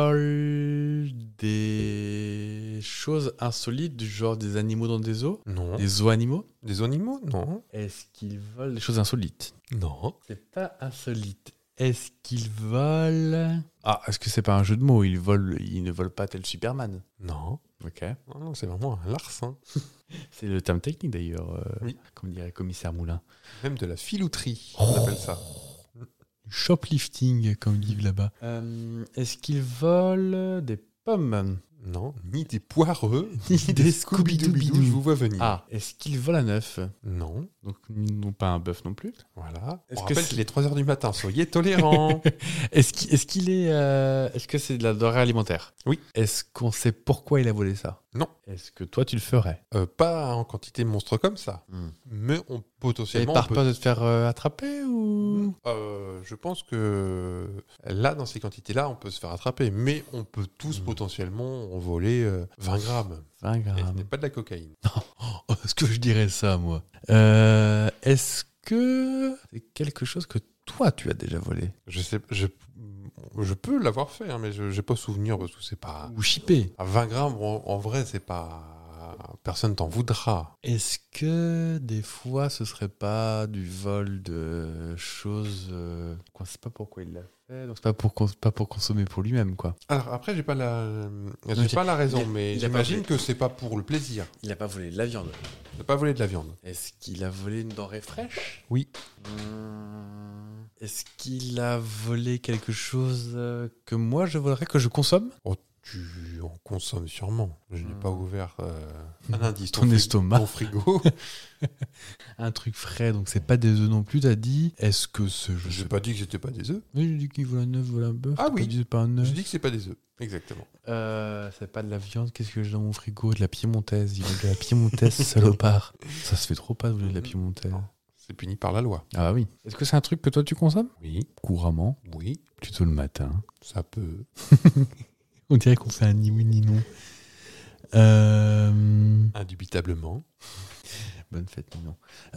volent des choses insolites du genre des animaux dans des zoos? Non. Des zoos animaux? Des animaux? Non. Est-ce qu'ils volent des choses insolites? Non. C'est pas insolite. Est-ce qu'ils volent... Ah, est-ce que c'est pas un jeu de mots? Ils volent, ils ne volent pas tel Superman. Non. Ok. Non, non, c'est vraiment un larcin. C'est le terme technique d'ailleurs, euh, Oui. comme dirait commissaire Moulin. Même de la filouterie, on appelle ça. Shoplifting, comme ils disent là-bas. Euh, est-ce qu'ils volent des pommes? Non, ni des poireux, Ni ni des des Scooby-Doo, je vous vois venir. Ah, est-ce qu'ils volent à neuf? Non, Donc, ils n'ont pas un bœuf non plus. voilà. Est-ce On que rappelle c'est- qu'il est trois heures du matin, soyez tolérants. Est-ce qu'il est, qu'il est, euh, est-ce que c'est de la denrée alimentaire? Oui. Est-ce qu'on sait pourquoi il a volé ça? Non. Est-ce que toi, tu le ferais? Euh, pas en quantité monstre comme ça, mais on Et potentiellement... par on peut- peur de te faire euh, attraper ou... Euh, je pense que là, dans ces quantités-là, on peut se faire attraper, mais on peut tous Mm. potentiellement en voler euh, vingt grammes. vingt Et ce grammes. n'est pas de la cocaïne. Oh, est-ce que je dirais ça, moi? Euh, est-ce que c'est quelque chose que toi, tu as déjà volé? Je sais, je, je peux l'avoir fait, hein, mais je n'ai pas souvenir parce que c'est pas... Ou chippé? À vingt grammes, en, en vrai, c'est pas... Personne t'en voudra. Est-ce que des fois, ce serait pas du vol de choses... Euh... On ne sait pas pourquoi il l'a fait, donc c'est pas pour, cons- pas pour consommer pour lui-même, quoi. Alors après, j'ai pas la, j'ai Ok. pas la raison, Il a- mais il a pas j'imagine volé. que c'est pas pour le plaisir. Il n'a pas volé de la viande. Ne pas voler de la viande. Est-ce qu'il a volé une denrée fraîche? Oui. Hum, Est-ce qu'il a volé quelque chose euh, que moi je volerais, que je consomme? Oh, Tu en consommes sûrement. Je n'ai Hmm. pas ouvert euh, un indice. Ton fri- estomac. Ton frigo. Un truc frais, donc c'est pas des œufs non plus, t'as dit. Est-ce que ce. Je Je sais n'ai pas dit que c'était pas des œufs. Oui, j'ai dit qu'il voulait un œuf, voilà un bœuf. Ah t'as oui. pas dit c'est pas un œuf. Je dis que c'est pas des œufs. Exactement. Euh, c'est pas de la viande, qu'est-ce que j'ai dans mon frigo? De la piémontaise. Il veut de la piémontaise, salopard. Ça se fait trop pas de vouloir de la piémontaise. C'est puni par la loi. Ah bah oui. Est-ce que c'est un truc que toi tu consommes? Oui. Couramment. Oui. Plutôt le matin. Ça peut. On dirait qu'on fait un ni oui ni non. Euh... Indubitablement. Bonne fête, Ninon.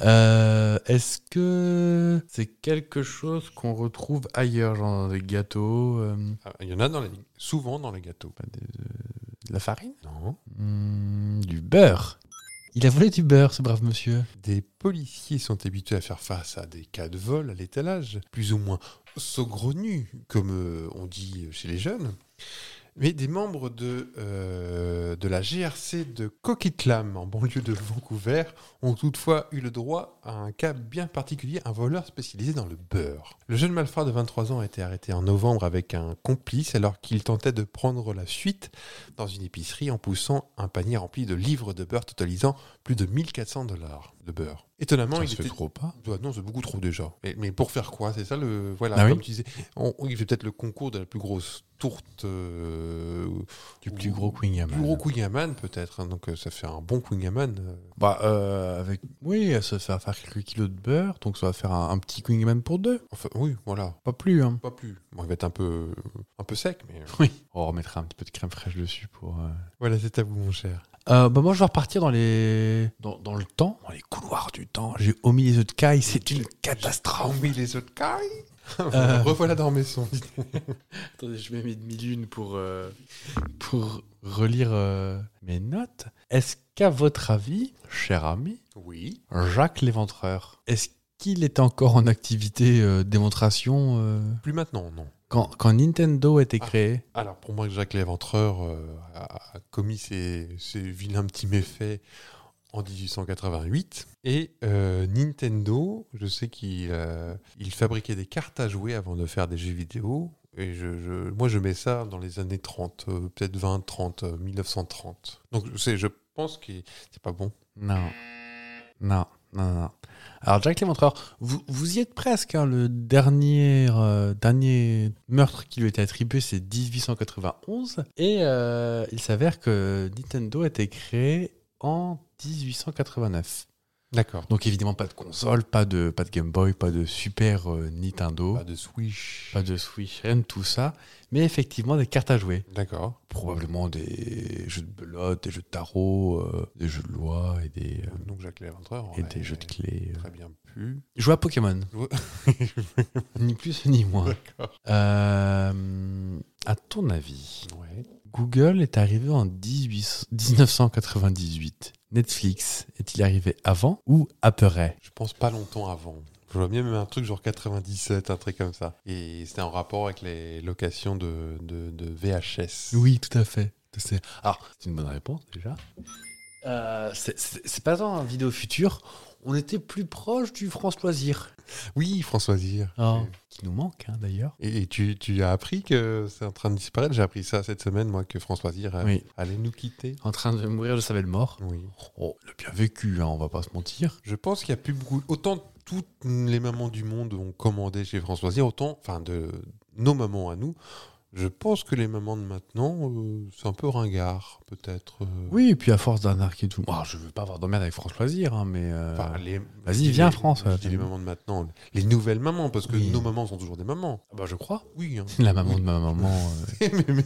Euh, Est-ce que c'est quelque chose qu'on retrouve ailleurs, genre dans des gâteaux euh, Ah, il y en a dans les... souvent dans les gâteaux. pas des- euh, de la farine? Non. Hmm, Du beurre. Il a volé du beurre, ce brave monsieur. Des policiers sont habitués à faire face à des cas de vol à l'étalage, plus ou moins saugrenus, comme euh, on dit chez les jeunes. Mais des membres de, euh, de la G R C de Coquitlam, en banlieue de Vancouver, ont toutefois eu le droit à un cas bien particulier, un voleur spécialisé dans le beurre. Le jeune malfrat de vingt-trois ans a été arrêté en novembre avec un complice alors qu'il tentait de prendre la fuite dans une épicerie en poussant un panier rempli de livres de beurre totalisant plus de mille quatre cents dollars de beurre. Étonnamment, Ça il se fait était... trop pas. Bah non, c'est beaucoup trop déjà. Mais, mais pour faire quoi? C'est ça le. Voilà, Ah oui comme tu disais. On, il fait peut-être le concours de la plus grosse tourte. euh, Du ou- plus gros Queen Plus gros Queen peut-être. hein. Donc euh, ça fait un bon Queen euh. Bah, euh, avec... Oui, ça va faire quelques kilos de beurre, donc ça va faire un, un petit Queen pour deux. Enfin, oui, voilà. Pas plus, hein. Pas plus. Bon, il va être un peu, un peu sec, mais. euh, Oui. On remettra un petit peu de crème fraîche dessus pour... euh, Voilà, c'est à vous, mon cher. Euh, bah moi, je vais repartir dans les dans, dans le temps, dans les couloirs du temps. J'ai omis les œufs de caille, c'est une catastrophe. Oh, oui, les autres cailles. Euh. Revoilà dans mes sons. dites donc. Attendez, je mets mes demi-lunes pour euh, pour relire euh, mes notes. Est-ce qu'à votre avis, cher ami, Oui. Jacques l'Éventreur, est-ce qu'il est encore en activité euh, démonstration euh, Plus maintenant, non. quand, quand Nintendo a été Ah. créé? Alors, pour moi, Jacques l'Éventreur euh, a, a commis ses, ses vilains petits méfaits en dix-huit cent quatre-vingt-huit. Et euh, Nintendo, je sais qu'il euh, il fabriquait des cartes à jouer avant de faire des jeux vidéo. Et je, je- moi, je mets ça dans les années trente, euh, peut-être vingt, trente, euh, mille neuf cent trente. Donc, c'est, je pense que c'est pas bon. Non. Non, non, non. Alors, Jack l'Éventreur, vous, vous y êtes presque. hein. Le dernier, euh, dernier meurtre qui lui a été attribué, c'est dix-huit cent quatre-vingt-onze. Et euh, il s'avère que Nintendo a été créé en dix-huit cent quatre-vingt-neuf. D'accord. Donc, évidemment, pas de console, pas de, pas de Game Boy, pas de Super euh, Nintendo, Pas de Switch. pas de Switch, rien de tout ça. Mais effectivement, des cartes à jouer. D'accord. Probablement des jeux de belote, des jeux de tarot, euh, des jeux de loi et des, euh, Donc, Jacques l'Éventreur. et aurait des jeux de clés. euh. Très bien pu. Jouer à Pokémon. Ni plus ni moins. D'accord. Euh, à ton avis, Ouais. Google est arrivé en dix-huit dix-neuf cent quatre-vingt-dix-huit. Netflix est-il arrivé avant ou après? Je pense pas longtemps avant. Je vois bien même un truc genre quatre-vingt-dix-sept, un truc comme ça. Et c'était en rapport avec les locations de, de, de V H S. Oui, tout à fait. C'est- Alors, c'est une bonne réponse déjà. Euh, c'est- c'est c'est pas tant un vidéo futur. On était plus proche du France Loisir. Oui, François Zir. Ah, qui nous manque hein, d'ailleurs. Et, et tu, tu as appris que c'est en train de disparaître. J'ai appris ça cette semaine, moi, que François Zir euh, Oui. allait nous quitter. En train de mourir, je savais le mort. Oui. Oh, il a bien vécu, hein, on va pas se mentir. Je pense qu'il y a plus beaucoup. Autant toutes les mamans du monde ont commandé chez François Zir, autant, enfin, de nos mamans à nous. Je pense que les mamans de maintenant, euh, c'est un peu ringard, peut-être. euh. Oui, et puis à force d'arnaquer tout le monde. Oh, je veux pas avoir de merde avec France Loisir, hein, mais. euh, Enfin, les- Vas-y, je dis viens, les- France, Je euh, dis les mamans de maintenant. Les nouvelles mamans, parce que Oui. nos mamans sont toujours des mamans. bah, je crois. Oui, hein. La maman de ma maman. euh, Et mémé.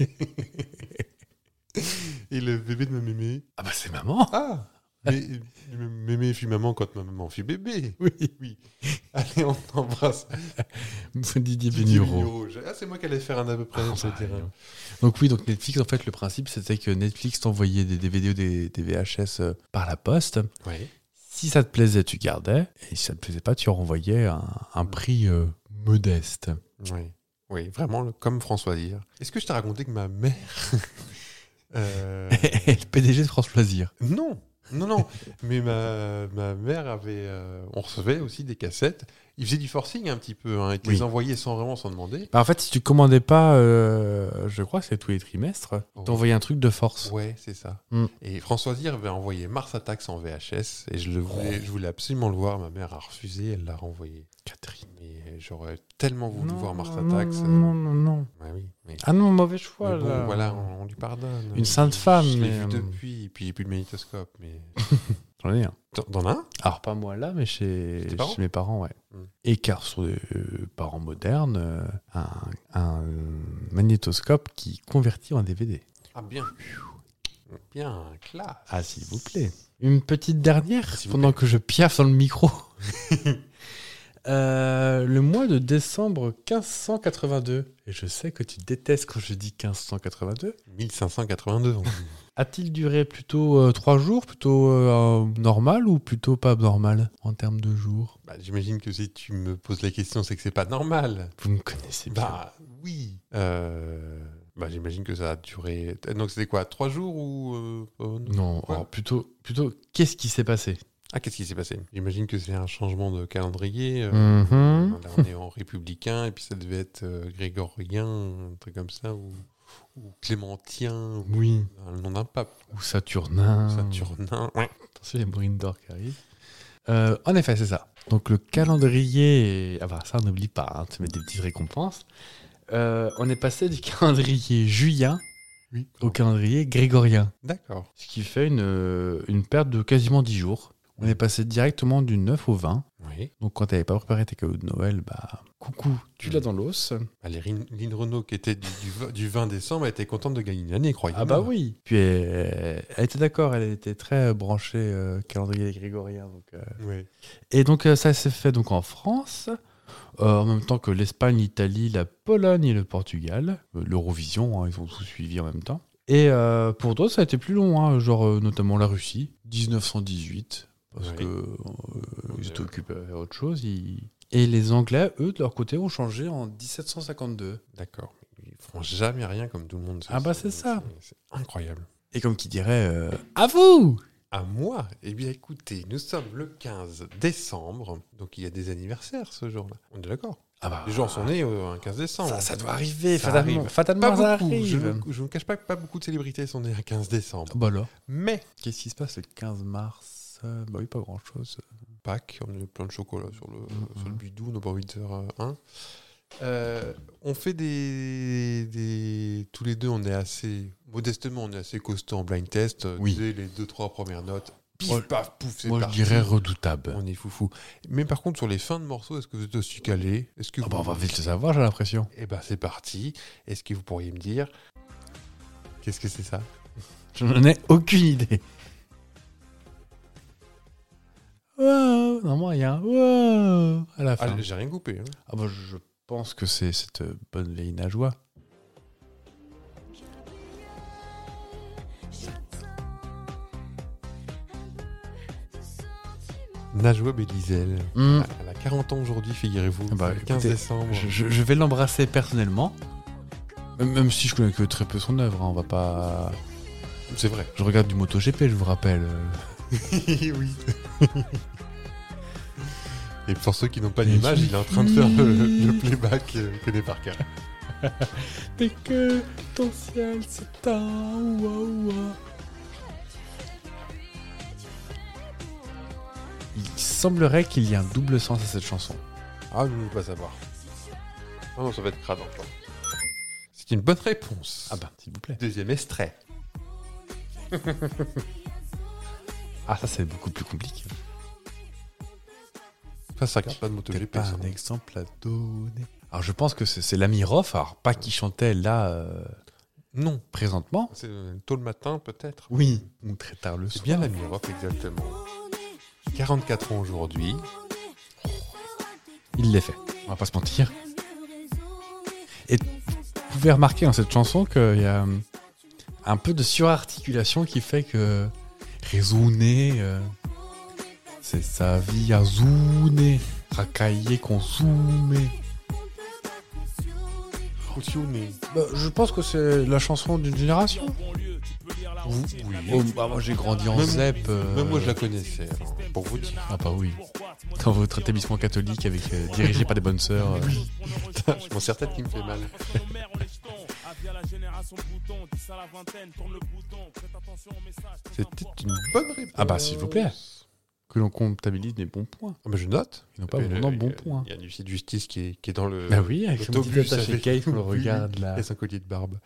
Et le bébé de ma mémé. Ah, bah, c'est maman. Ah mais, mémé fut maman quand ma maman fut bébé. Oui. Oui. Allez, on t'embrasse. Didier Didier Bénureau. Bénureau. Ah, c'est moi qui allais faire un à peu près. Ah, je bah, dirais. rien. Donc, oui, donc Netflix, en fait, le principe, c'était que Netflix t'envoyait des D V D ou des, des V H S euh, par la poste. Ouais. Si ça te plaisait, tu gardais. Et si ça te plaisait pas, tu renvoyais un, un prix euh, modeste. Oui. Oui, vraiment, le- comme François Zir. Est-ce que je t'ai raconté que ma mère. euh, Et le P D G de France Loisir. Non. Non, non, mais ma, ma mère avait... euh, on recevait aussi des cassettes. Il faisait du forcing un petit peu. Hein. Il te Oui. les envoyait sans vraiment s'en demander. Bah, en fait, si tu commandais pas, euh, je crois que c'est tous les trimestres, Oh. t'envoyais un truc de force. Ouais, c'est ça. Mm. Et François Zir avait envoyé Mars Attacks en V H S. Et je, le voulais, je voulais absolument le voir. Ma mère a refusé, elle l'a renvoyé. Catherine. Mais j'aurais tellement voulu voir Mars non, Attacks. non, euh, non, non, non. ouais, oui, mais... Ah non, mauvais choix, mais bon, là. voilà, on, on lui pardonne. Une sainte femme, Je l'ai mais, vu euh, depuis, et puis j'ai plus de magnétoscope. Mais... J'en ai un. T'en t'en as un? Alors, pas moi là, mais chez, Tes chez parents mes parents, ouais. Mm. Et car sur des euh, parents modernes, euh, un, un magnétoscope qui convertit en D V D. Ah bien. Bien, classe. Ah, s'il vous plaît. Une petite dernière, S'il vous pendant que je piaffe dans le micro. Euh, le mois de décembre quinze cent quatre-vingt-deux, et je sais que tu détestes quand je dis quinze cent quatre-vingt-deux, mille cinq cent quatre-vingt-deux. donc. a-t-il duré plutôt euh, trois jours, plutôt euh, normal ou plutôt pas normal en termes de jours? Bah, j'imagine que si tu me poses la question, c'est que c'est pas normal. Vous me connaissez bien. Bah oui. Euh, bah, j'imagine que ça a duré. Donc c'était quoi, trois jours ou euh, euh, Non, quoi alors plutôt, plutôt qu'est-ce qui s'est passé? Ah, qu'est-ce qui s'est passé? J'imagine que c'est un changement de calendrier. euh, Mhm. Là, on est en républicain et puis ça devait être euh, grégorien, un truc comme ça, ou, ou clémentien, ou Oui. le nom d'un pape. Ou Saturnin. Saturnin. Ouais. Attention, les bourrines d'or qui arrivent. Euh, en effet, c'est ça. Donc le calendrier... est- Ah bah ça, on n'oublie pas, hein, tu mets des petites récompenses. Euh, on est passé du calendrier juilien Oui. au calendrier grégorien. D'accord. Ce qui fait une, euh, une perte de quasiment dix jours. On est passé directement du neuf au vingt. Oui. Donc quand tu n'avais pas préparé tes cadeaux de Noël, bah coucou, tu l'as dans l'os. Bah, les Rin- Lynn Renault, qui était du, du v- du vingt décembre, elle était contente de gagner une année, croyez-moi. Ah bah oui. Puis elle, elle était d'accord, elle était très branchée euh, calendrier grégorien. Donc, euh. Oui. Et donc euh, ça s'est fait donc en France, euh, en même temps que l'Espagne, l'Italie, la Pologne et le Portugal. Euh, L'Eurovision, hein, ils ont tous suivi en même temps. Et euh, pour d'autres, ça a été plus long, hein, genre euh, notamment la Russie, dix-neuf cent dix-huit, parce Oui. que euh, ils étaient occupés à autre chose. ils- Et les Anglais, eux, de leur côté, ont changé en dix-sept cent cinquante-deux. D'accord. Ils font jamais rien comme tout le monde. Ah bah, c'est ça. C'est incroyable. Et comme qui dirait, euh, à vous. À moi? Eh bien, écoutez, nous sommes le quinze décembre, donc il y a des anniversaires ce jour-là. On est d'accord? Ah bah, Les gens sont nés euh, un quinze décembre. ça, ça doit arriver, Ça fatalement. arrive. Fatalement, Pas ça beaucoup. arrive. Je ne je ne cache pas que pas beaucoup de célébrités sont nées un quinze décembre. Bah alors, Mais qu'est-ce qui se passe le quinze mars? Euh, Bah oui, pas grand-chose. Pâques, on a eu plein de chocolat sur le, Mhm. sur le bidou, on n'a pas envie de faire euh, un. Euh, on fait des, des... Tous les deux, on est assez... Modestement, on est assez costaud en blind test. Oui. Dès les deux, trois premières notes, pif, Moi, paf, pouf, c'est Moi, parti. je dirais redoutable. On est foufou. Mais par contre, sur les fins de morceaux, est-ce que vous êtes aussi calé? Est-ce que Ah vous... bah, on va vite le savoir, j'ai l'impression. Eh ben, c'est parti. Est-ce que vous pourriez me dire... Qu'est-ce que c'est ça? Je n'en ai aucune idée. Wow, non, moi, rien. Wow, à la fin. Ah, j'ai rien coupé. Hein. Ah bah, je pense que c'est cette euh, bonne vieille Najwa. Najwa Belizel. Hmm. Elle a quarante ans aujourd'hui, figurez-vous. Bah, le quinze écoutez, décembre. Je, je- je vais l'embrasser personnellement. Même, même si je connais que très peu son œuvre, hein, on va pas. C'est vrai. Je regarde du MotoGP, je vous rappelle. Oui. Et pour ceux qui n'ont pas l'image, il est en train de faire le, le playback euh, que connaît par cœur. Dès que ton ciel s'éteint, ouah, ouah. Il semblerait qu'il y ait un double sens à cette chanson. Ah, je ne veux pas savoir. Ah non, ça va être crade encore. C'est une bonne réponse. Ah bah, s'il vous plaît. Deuxième extrait. Ah, ça, c'est beaucoup plus compliqué. Ça, ça regarde pas de Quel MotoGP. pas ça. un exemple à donner. Alors, je pense que c'est c'est l'ami Rof, alors pas qui chantait là, euh, Non. présentement. C'est euh, tôt le matin, peut-être. Oui. Ou très tard le C'est soir. bien la Miroff, exactement. quarante-quatre ans aujourd'hui. Il l'a fait, on va pas se mentir. Et vous pouvez remarquer dans cette chanson qu'il y a hum, un peu de surarticulation qui fait que raisonner, euh, c'est sa vie à zouner, racailler qu'on zoomait. Bah, je pense que c'est la chanson d'une génération. Oui. Oh, bah, moi j'ai grandi en Même- Z E P. euh, Même moi, je la connaissais, alors, pour vous dire. Ah bah oui. Dans votre établissement catholique avec euh, dirigé par des bonnes sœurs. euh. Putain, je m'en sers tête qui me fait mal. C'était une bonne réponse. Ah bah, s'il vous plaît. Que l'on comptabilise des bons points. Ah bah, je note. Et non pas Et vraiment le- bons il y a- points. Il y a du site justice qui est, qui est dans le. Bah oui, avec son petit l'autobus attaché avec- case qu'on le Oui, regarde là. Et son collier de barbe.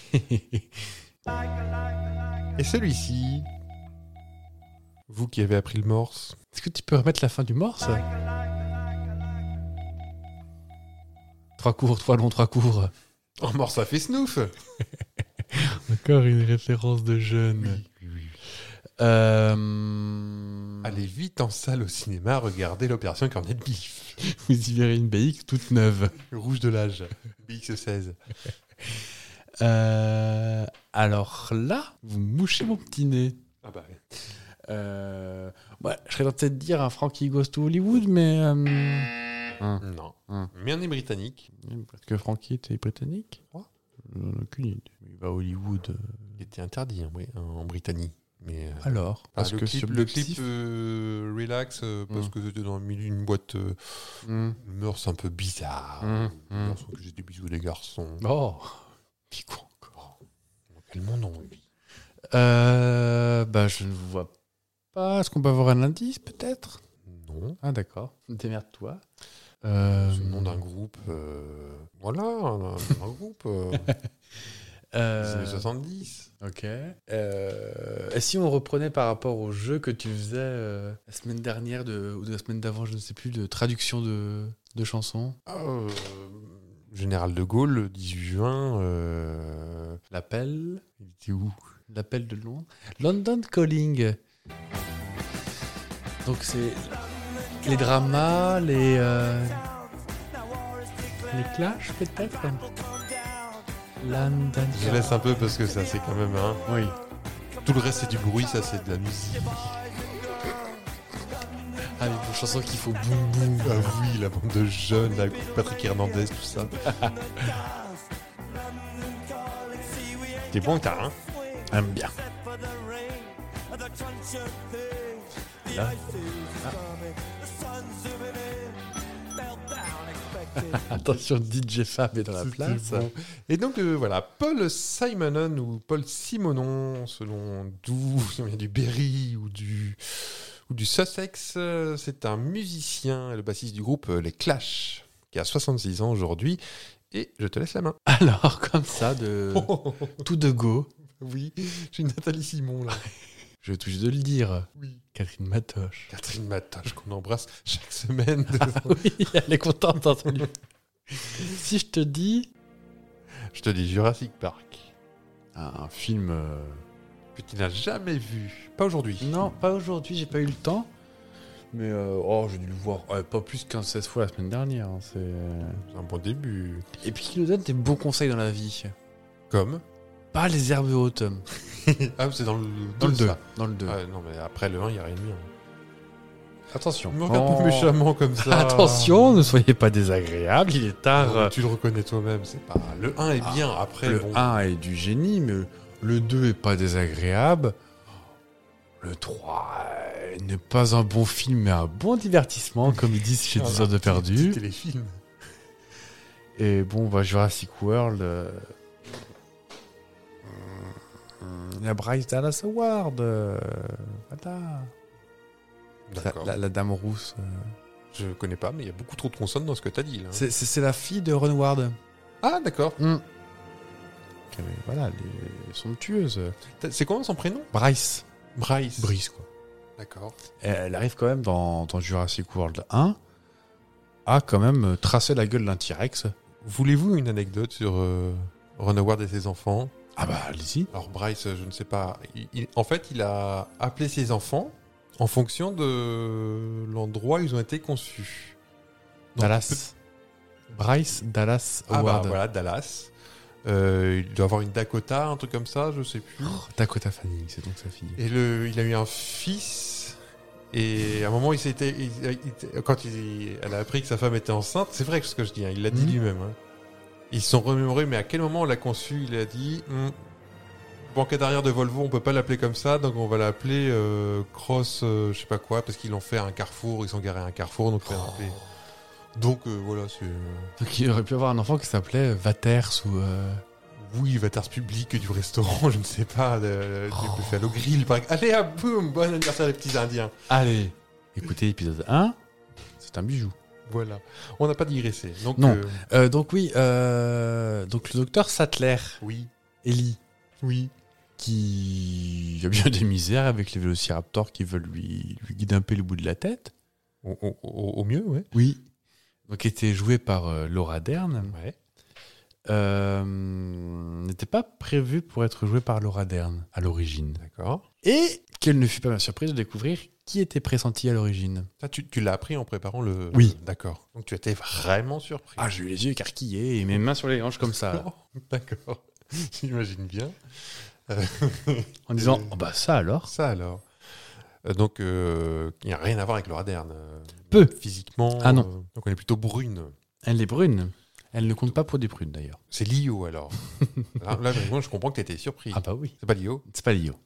Et celui-ci, vous qui avez appris le morse, Est-ce que tu peux remettre la fin du morse? Trois cours, trois longs, trois cours. en morse ça fait snouf. Encore une référence de jeune. Euh... Allez vite en salle au cinéma, regardez l'opération Cornet de Bif. Vous y verrez une B X toute neuve. Le rouge de l'âge, B X seize. Euh, alors là, vous mouchez mon petit nez. Ah bah, Euh, ouais, je serais tenté de dire un Frankie Goes to Hollywood, mais... euh, hein, non. hein. Mais on est britannique. Parce que Frankie était britannique. Ouais. J'en ai aucune idée. Il va à Hollywood. euh, Il était interdit hein, oui, en Britannie. Mais, euh, Alors, ah, parce le que clip, le Subjectif- clip euh, relax, euh, parce Mm. que c'était dans le milieu d'une boîte euh, Hmm. mœurs un peu bizarre. Mm, Une mm. mœurs où j'ai des bisous des garçons. Oh, puis quoi encore? Dans quel monde on vit? Euh, bah, je ne vois pas. Est-ce qu'on peut avoir un indice, peut-être? Non. Ah, d'accord. Démerde-toi. Euh, C'est le nom d'un groupe. euh, Voilà, un, un groupe. Euh, des euh, années soixante-dix. Ok. Euh, et si on reprenait par rapport au jeu que tu faisais euh, la semaine dernière de, ou de la semaine d'avant, je ne sais plus, de traduction de, de chansons? Ah, euh, Général de Gaulle, le dix-huit juin. euh, L'appel. Il était où? L'appel de Londres. London Calling. Donc c'est les dramas, les euh, les clashs peut-être. London. Je laisse un peu parce que ça, c'est quand même un. Oui. Tout le reste, c'est du bruit, ça, c'est de la musique. Ah mais pour chanson qu'il faut boum boum. Ah oui, la bande de jeunes, avec Patrick Hernandez, tout ça. T'es bon, t'as hein? Aime bien. Là. Ah. Attention, D J Fab est dans la C'était place. bon. Et donc, euh, voilà, Paul Simonon ou Paul Simonon, selon d'où, si on vient du Berry ou du, ou du Sussex, euh, c'est un musicien et le bassiste du groupe euh, Les Clash, qui a soixante-six ans aujourd'hui. Et je te laisse la main. Alors, comme ça, de tout de go, Oui, j'ai une Nathalie Simon là. je vais tout juste de le dire, Oui. Catherine Matoche. Catherine Matoche qu'on embrasse chaque semaine. Oui, elle est contente d'entendre. Si je te dis Je te dis Jurassic Park, un film... euh, que tu n'as jamais vu. Pas aujourd'hui. Non, pas aujourd'hui, j'ai pas eu le temps. Mais euh, oh, j'ai dû le voir ouais, pas plus qu'un seize fois la semaine dernière. hein, c'est... C'est un bon début. Et puis qui nous donne des bons conseils dans la vie. Comme Pas les herbes hautes. Ah, c'est dans le Dans le deux, deux. ça. Dans le deux. Ah, non, mais après le un, il n'y a rien de bien. Attention. Il me regarde Oh. pas méchamment comme ça. Attention, ne soyez pas désagréables, il est tard. Non, mais tu le reconnais toi-même, c'est pas. Le un est bien, après Le bon. un est du génie, mais le deux est pas désagréable. Le trois euh, n'est pas un bon film, mais un bon divertissement, comme ils disent chez Ah, dix heures de un petit- perdu. petit téléfilm. Et bon, bah, Jurassic World. euh, Il y a Bryce Dallas Howard. euh, Voilà. La, D'accord. la- la dame rousse. euh. Je connais pas, mais il y a beaucoup trop de consonnes dans ce que t'as dit là. C'est- C'est c'est la fille de Ron Ward. Ah, d'accord. Mm. Qu'elle est- Voilà, elle est somptueuse. T'as- C'est comment son prénom? Bryce. Bryce. Bryce, quoi. D'accord. Elle, elle arrive quand même dans, dans Jurassic World un à quand même tracer la gueule d'un T-Rex. Voulez-vous une anecdote sur euh, Ron Howard et ses enfants? Ah bah, allez-y. Alors Bryce, je ne sais pas. Il- il- en fait, il a appelé ses enfants en fonction de l'endroit où ils ont été conçus. Donc, Dallas. Bryce Dallas Ah bah, Howard. voilà, Dallas. Euh, il doit avoir une Dakota, un truc comme ça, je sais plus. Oh, Dakota Fanning, c'est donc sa fille. Et le, il a eu un fils. Et à un moment, il s'était, il- il- quand il- elle a appris que sa femme était enceinte, c'est vrai que ce que je dis, hein, il l'a dit Mhm. lui-même. hein. Ils se sont remémorés, mais à quel moment on l'a conçu? Il a dit, Hum, banquette arrière de Volvo, on peut pas l'appeler comme ça, donc on va l'appeler euh, Cross, euh, je sais pas quoi, parce qu'ils l'ont fait à un carrefour, ils sont garés à un carrefour, donc on va l'appeler. Donc euh, voilà, c'est. euh, Donc il aurait pu avoir un enfant qui s'appelait Vaters ou. euh, Oui, Vaters public du restaurant, je ne sais pas, de- du buffalo grill. Par... Allez, ah, boum, bon anniversaire les petits Indiens. Allez, écoutez l'épisode un, c'est un bijou. Voilà, on n'a pas digressé. Donc, Non. euh, Euh, donc oui, euh, donc le docteur Sattler, oui, Ellie, oui. qui a bien des misères avec les vélociraptors qui veulent lui, lui guider un peu le bout de la tête. Au, au- au- au mieux, ouais. Oui. Donc était joué par euh, Laura Dern. Ouais. Euh, n'était pas prévu pour être joué par Laura Dern à l'origine. D'accord. Et quelle ne fut pas ma surprise de découvrir qui était pressenti à l'origine. Ça, tu, tu l'as appris en préparant le. Oui. D'accord. Donc tu étais vraiment surpris. Ah, j'ai eu les yeux écarquillés et mes mains sur les hanches comme ça. Oh, d'accord. J'imagine bien. Euh, En disant, oh bah ça alors. Ça alors. Euh, donc, euh, il n'y a rien à voir avec Laura Dern. euh, Peu. Physiquement. Ah non. euh, donc on est plutôt brune. Elle est brune. Elle ne compte pas pour des prunes d'ailleurs. C'est Lio alors. là, là, vraiment, je comprends que tu étais surpris. Ah bah oui. C'est pas Lio. C'est pas Lio.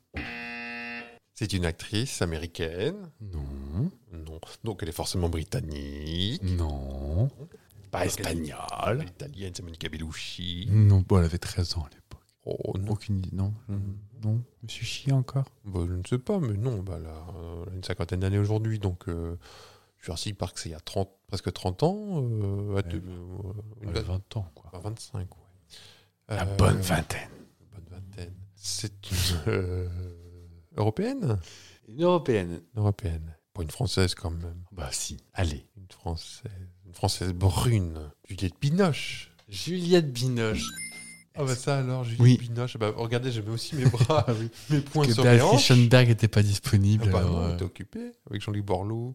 C'est une actrice américaine. Non. Non. Donc elle est forcément britannique. Non. Pas Donc, elle est- espagnole. Elle est italienne, c'est Monica Bellucci. Non, bon, elle avait treize ans à l'époque. Oh non. Aucune idée. Non. je- Non. Je me suis chié encore. Bah, je ne sais pas, mais non. Bah, là, euh, elle a une cinquantaine d'années aujourd'hui. Donc euh, Jurassic Park, c'est il y a trente, presque trente ans. Euh, à deux- euh, une Elle va- a vingt ans, quoi. à vingt-cinq, ouais. La Euh, bonne vingtaine. bonne vingtaine. C'est une euh, européenne Une européenne. Une européenne. Pas une française quand même. Bah si. Allez. Une française. Une française brune. Juliette Binoche. Juliette Binoche. Ah bah ça alors, Juliette Oui. Binoche. Bah, regardez, j'avais aussi mes bras, mes poings Que sur mes Beatrice hanches. Schoenberg n'était pas Ah disponible. bah alors, non, euh, t'es occupé avec Jean-Luc Borloo.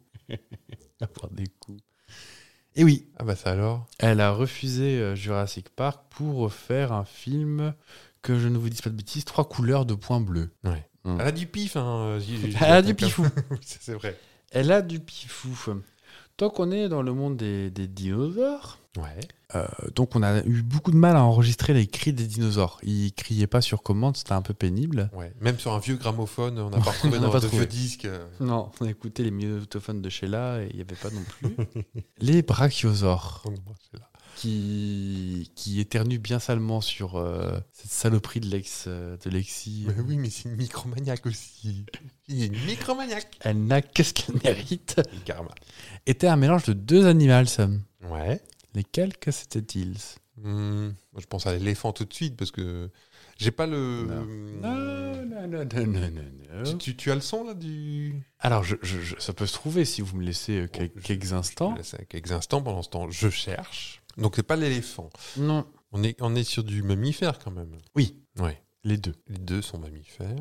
à prendre des coups. Et oui, Ah bah ça alors. elle a refusé euh, Jurassic Park pour faire un film que je ne vous dis pas de bêtises, trois couleurs de points bleus. Ouais. Mm. Elle a du pif, hein. j'y- j'y- Elle a j'y- du pifou. Oui, ça, c'est vrai. Elle a du pifou. Tant qu'on est dans le monde des, des dinosaures, Ouais. euh, donc on a eu beaucoup de mal à enregistrer les cris des dinosaures. Ils criaient pas sur commande, c'était un peu pénible. Ouais. Même sur un vieux gramophone, on n'a pas retrouvé On n'a dans pas de trouvé. vieux disques. euh. Non, on a écouté les magnétophones de Sheila et il n'y avait pas non plus. Les brachiosaures. Oh non, c'est là. qui, qui éternue bien salement sur euh, cette saloperie de, Lex, euh, de Lexi. Mais oui, mais c'est une micromaniaque aussi. Il est une micromaniaque. Elle n'a que ce qu'elle mérite. Et karma. Était un mélange de deux animaux, Sam. Ouais. Lesquels que c'était-ils? Hmm, moi, je pense à l'éléphant tout de suite parce que j'ai pas le. Non, non, non, non, non, non, Tu, non. tu- tu as le son là du. Alors, je, je- je- ça peut se trouver si vous me laissez euh, quel- Bon, je- quelques Je instants. te laisse quelques instants pendant ce temps. Je cherche. Donc c'est pas l'éléphant. Non. On est, on est sur du mammifère quand même. Oui, Ouais. les deux. Les deux sont mammifères.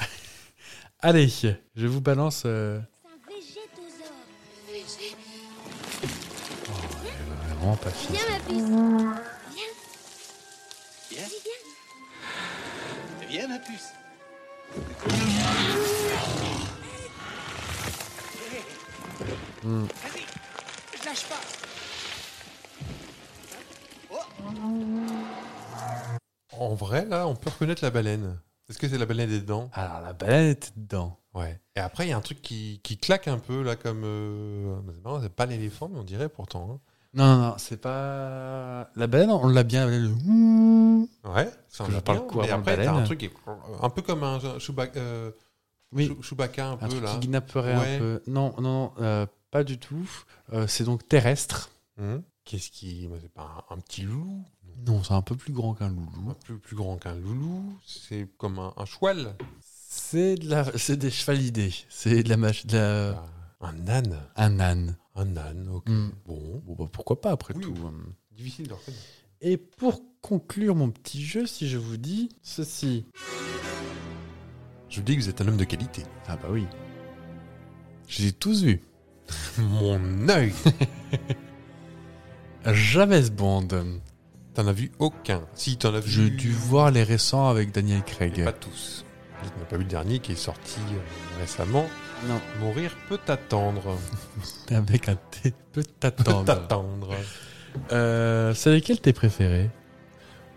Allez, je vous balance. euh, C'est un végétosaure. Végé... Vraiment pas fini. Viens, ma puce. Viens. Viens. Dis viens. Viens, ma puce. Hmm. Vas-y, je lâche pas. En vrai, là, on peut reconnaître la baleine. Est-ce que c'est la baleine des dents? Alors, la baleine était dedans. Ouais. Et après, il y a un truc qui, qui claque un peu, là, comme. euh, C'est marrant, c'est pas l'éléphant, mais on dirait pourtant. hein. Non, non, non, c'est pas. La baleine, on l'a bien. Le... Ouais, ça en que je a parle bien. couramment Et après, de t'as un baleine. truc qui est un peu comme un Chewbacca, euh, Oui, Chou- Chewbacca un, un peu, truc là. qui gnapperait Ouais. un peu. Non, non, non, euh, pas du tout. Euh, c'est donc terrestre. Hum. Qu'est-ce qui. bah, C'est pas un, un petit loulou. Non, c'est un peu plus grand qu'un Un loulou. peu plus grand qu'un loulou. C'est comme un, un choual. C'est de la, c'est des chevalidés. C'est de la, mach... de la... Ah, Un âne. un âne. Un âne, ok. Mm. Bon. Bon, bah, pourquoi pas après Oui. tout. hein. Difficile de reconnaître. Et pour conclure mon petit jeu, si je vous dis ceci. Je vous dis que vous êtes un homme de qualité. Ah bah oui. Je les ai tous vus. Mon œil. James Bond. T'en as vu aucun. Si, t'en as vu. J'ai dû voir les récents avec Daniel Mais Craig. pas tous. On n'a pas vu le dernier qui est sorti euh, récemment. Non. Mourir peut attendre. Avec un T. Peut Peut t'attendre. attendre. Euh, c'est lesquels tes préférés?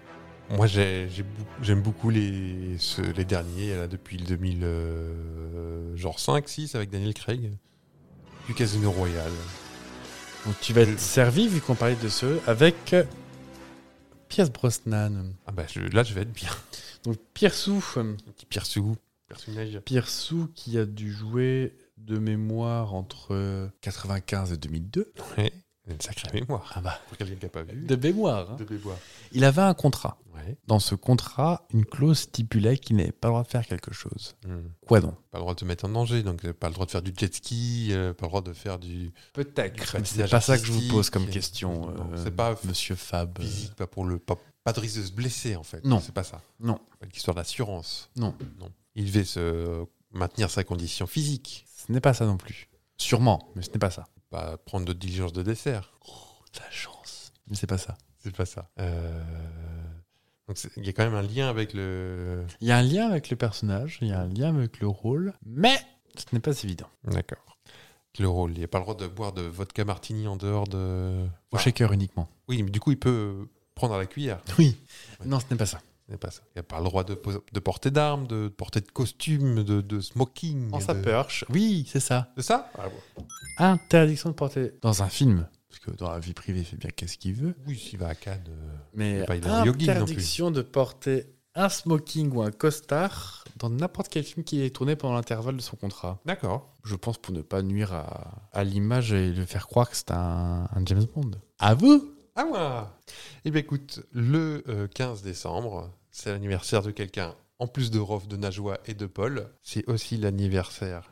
Moi, j'ai, j'ai bou- j'aime beaucoup les, ce- les derniers, là, depuis le deux mille, euh, genre cinq, six, avec Daniel Craig. Du Casino Royale. Donc tu vas être servi, vu qu'on parlait de ceux, avec euh, Pierce Brosnan. Ah bah, je- là, je vais être bien. Donc Piersou, euh, Un petit Pirsou, personnage. Piersou qui a dû jouer de mémoire entre euh, quatre-vingt-quinze et deux mille deux. Ouais, une sacrée mémoire. Ah bah, Pour quelqu'un qui n'a pas vu. de mémoire. hein. De mémoire. Il avait un contrat. Ouais. Dans ce contrat, une clause stipulait qu'il n'avait pas le droit de faire quelque chose. Hmm. Quoi donc? Pas le droit de te mettre en danger, donc euh, pas le droit de faire du jet ski, euh, pas le droit de faire du Peut-être. Du Mais c'est patinage pas ça que je vous pose comme artistique. question, Non, euh, c'est pas Monsieur Fab. physique, pas pour le, pas, pas de risque de se blesser en fait. Non. C'est pas ça. Non. Pas une histoire d'assurance. Non, Non. Il devait se maintenir sa condition physique, ce n'est pas ça non plus. Sûrement, mais ce n'est pas ça. pas prendre de diligence de dessert. De la chance. Mais c'est pas ça. C'est pas ça. Euh, Donc c'est- il y a quand même un lien avec le. Il y a un lien avec le personnage, il y a un lien avec le rôle, mais ce n'est pas évident. D'accord. Le rôle. Il n'y a pas le droit de boire de vodka martini en dehors de. Au Enfin, shaker uniquement. oui, mais du coup, il peut prendre à la cuillère. Oui. Ouais. Non, ce n'est pas ça. Ce n'est pas ça. Il n'y a pas le droit de, pos- de porter d'armes, de porter de costume, de, de smoking. En de- sa perche. Oui, c'est ça. C'est ça ah, bon. Interdiction de porter dans un film. Parce que dans la vie privée, il fait bien qu'est-ce qu'il veut. Oui, s'il va à Cannes. euh, Mais pas, il est un yogi non plus. interdiction de porter un smoking ou un costard dans n'importe quel film qui est tourné pendant l'intervalle de son contrat. D'accord. Je pense pour ne pas nuire à, à l'image et le faire croire que c'est un, un James Bond. À vous? À moi. Eh bien, écoute, le euh, quinze décembre, c'est l'anniversaire de quelqu'un, en plus de Rolf, de Najwa et de Paul. C'est aussi l'anniversaire.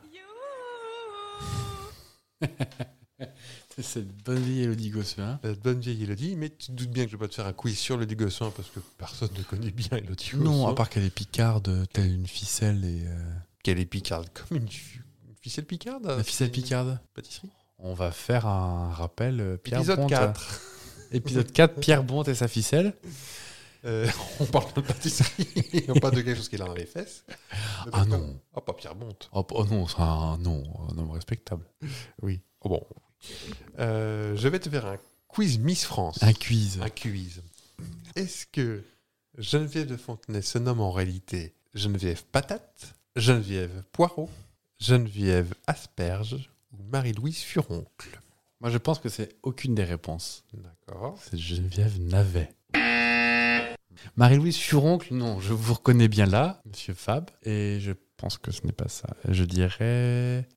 C'est cette bonne vieille Elodie Gossuin. La bonne vieille Elodie, mais tu te doutes bien que je vais pas te faire un quiz sur Elodie Gossuin parce que personne ne connaît bien Elodie Gossuin. Non, à part qu'elle est picarde, telle une ficelle et... euh, Qu'elle est picarde, comme une, fi- une ficelle picarde. La ficelle c'est une picarde. Pâtisserie. On va faire un rappel. euh, Pierre Épisode Bonte. quatre. Épisode quatre, Pierre Bonte et sa ficelle. Euh, on parle de pâtisserie, on parle de quelque chose qu'il a dans les fesses. Ah non. Oh, pas Pierre Bonte. Oh, oh non, c'est un non, un homme respectable. Oui. Oh, bon. Euh, je vais te faire un quiz Miss France. Un quiz. Un quiz. Est-ce que Geneviève de Fontenay se nomme en réalité Geneviève Patate, Geneviève Poireau, Geneviève Asperge ou Marie-Louise Furoncle? Moi, je pense que c'est aucune des réponses. D'accord. C'est Geneviève Navet. Marie-Louise Furoncle, non, je vous reconnais bien là, Monsieur Fab. Et je pense que ce n'est pas ça. Je dirais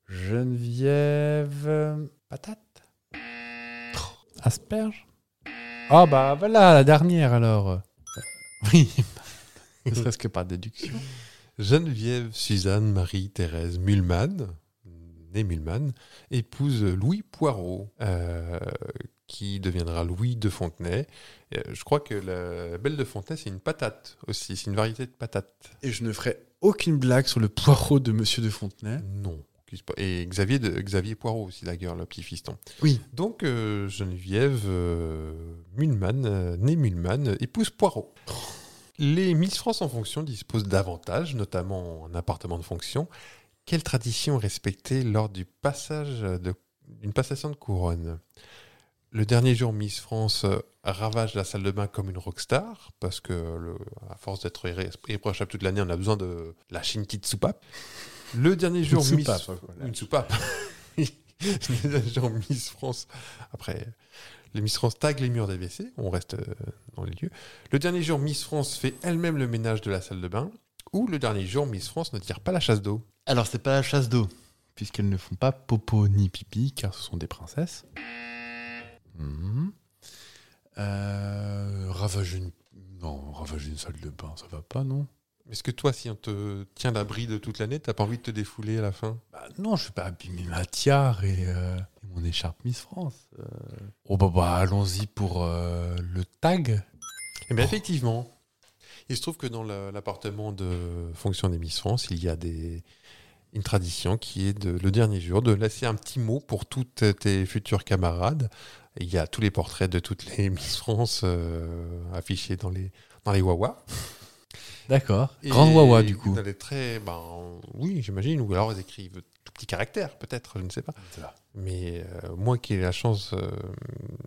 Geneviève Patate. Asperge. Ah bah voilà, la dernière alors. Oui, ne serait-ce que par déduction. Geneviève Suzanne Marie-Thérèse Mulman, née Mulman, épouse Louis Poirot, euh, qui deviendra Louis de Fontenay. Euh, je crois que la belle de Fontenay, c'est une patate aussi, c'est une variété de patate. Et je ne ferai aucune blague sur le poireau de Monsieur de Fontenay. Non. Et Xavier, de, Xavier Poirot aussi, d'ailleurs, le petit fiston. Oui. Donc, euh, Geneviève euh, Mulman, euh, née Mulman, épouse Poirot. Les Miss France en fonction disposent d'avantages, notamment en appartement de fonction. Quelle tradition respectée lors du passage de, d'une passation de couronne? Le dernier jour, Miss France euh, ravage la salle de bain comme une rockstar, parce que, le, à force d'être irré- irréprochable toute l'année, on a besoin de lâcher une petite soupape. Le dernier jour, Une Miss... soupape, quoi, là. Une soupape. Le dernier jour, Miss France... Après, les Miss France taguent les murs des W C, on reste euh, dans les lieux. Le dernier jour, Miss France fait elle-même le ménage de la salle de bain. Ou le dernier jour, Miss France ne tire pas la chasse d'eau. Alors, c'est pas la chasse d'eau, puisqu'elles ne font pas popo ni pipi, car ce sont des princesses. Mhm. Euh, ravager une... Non, ravager une salle de bain, ça va pas, non? Est-ce que toi, si on te tient la bride toute l'année, t'as pas envie de te défouler à la fin? Bah non, je vais pas abîmer ma tiare et, euh, et mon écharpe Miss France. Euh, Oh bah, bah allons-y pour euh, le tag. Eh bien, effectivement. Il se trouve que dans la- l'appartement de fonction des Miss France, il y a des, une tradition qui est de, le dernier jour de laisser un petit mot pour toutes tes futurs camarades. Et il y a tous les portraits de toutes les Miss France euh, affichés dans les, dans les Wawa. D'accord. Et Grande Wawa, du coup. Dans les très, ben, oui, j'imagine. Ou alors ils écrivent tout petit caractère, peut-être, je ne sais pas. Mais euh, moi qui ai la chance euh,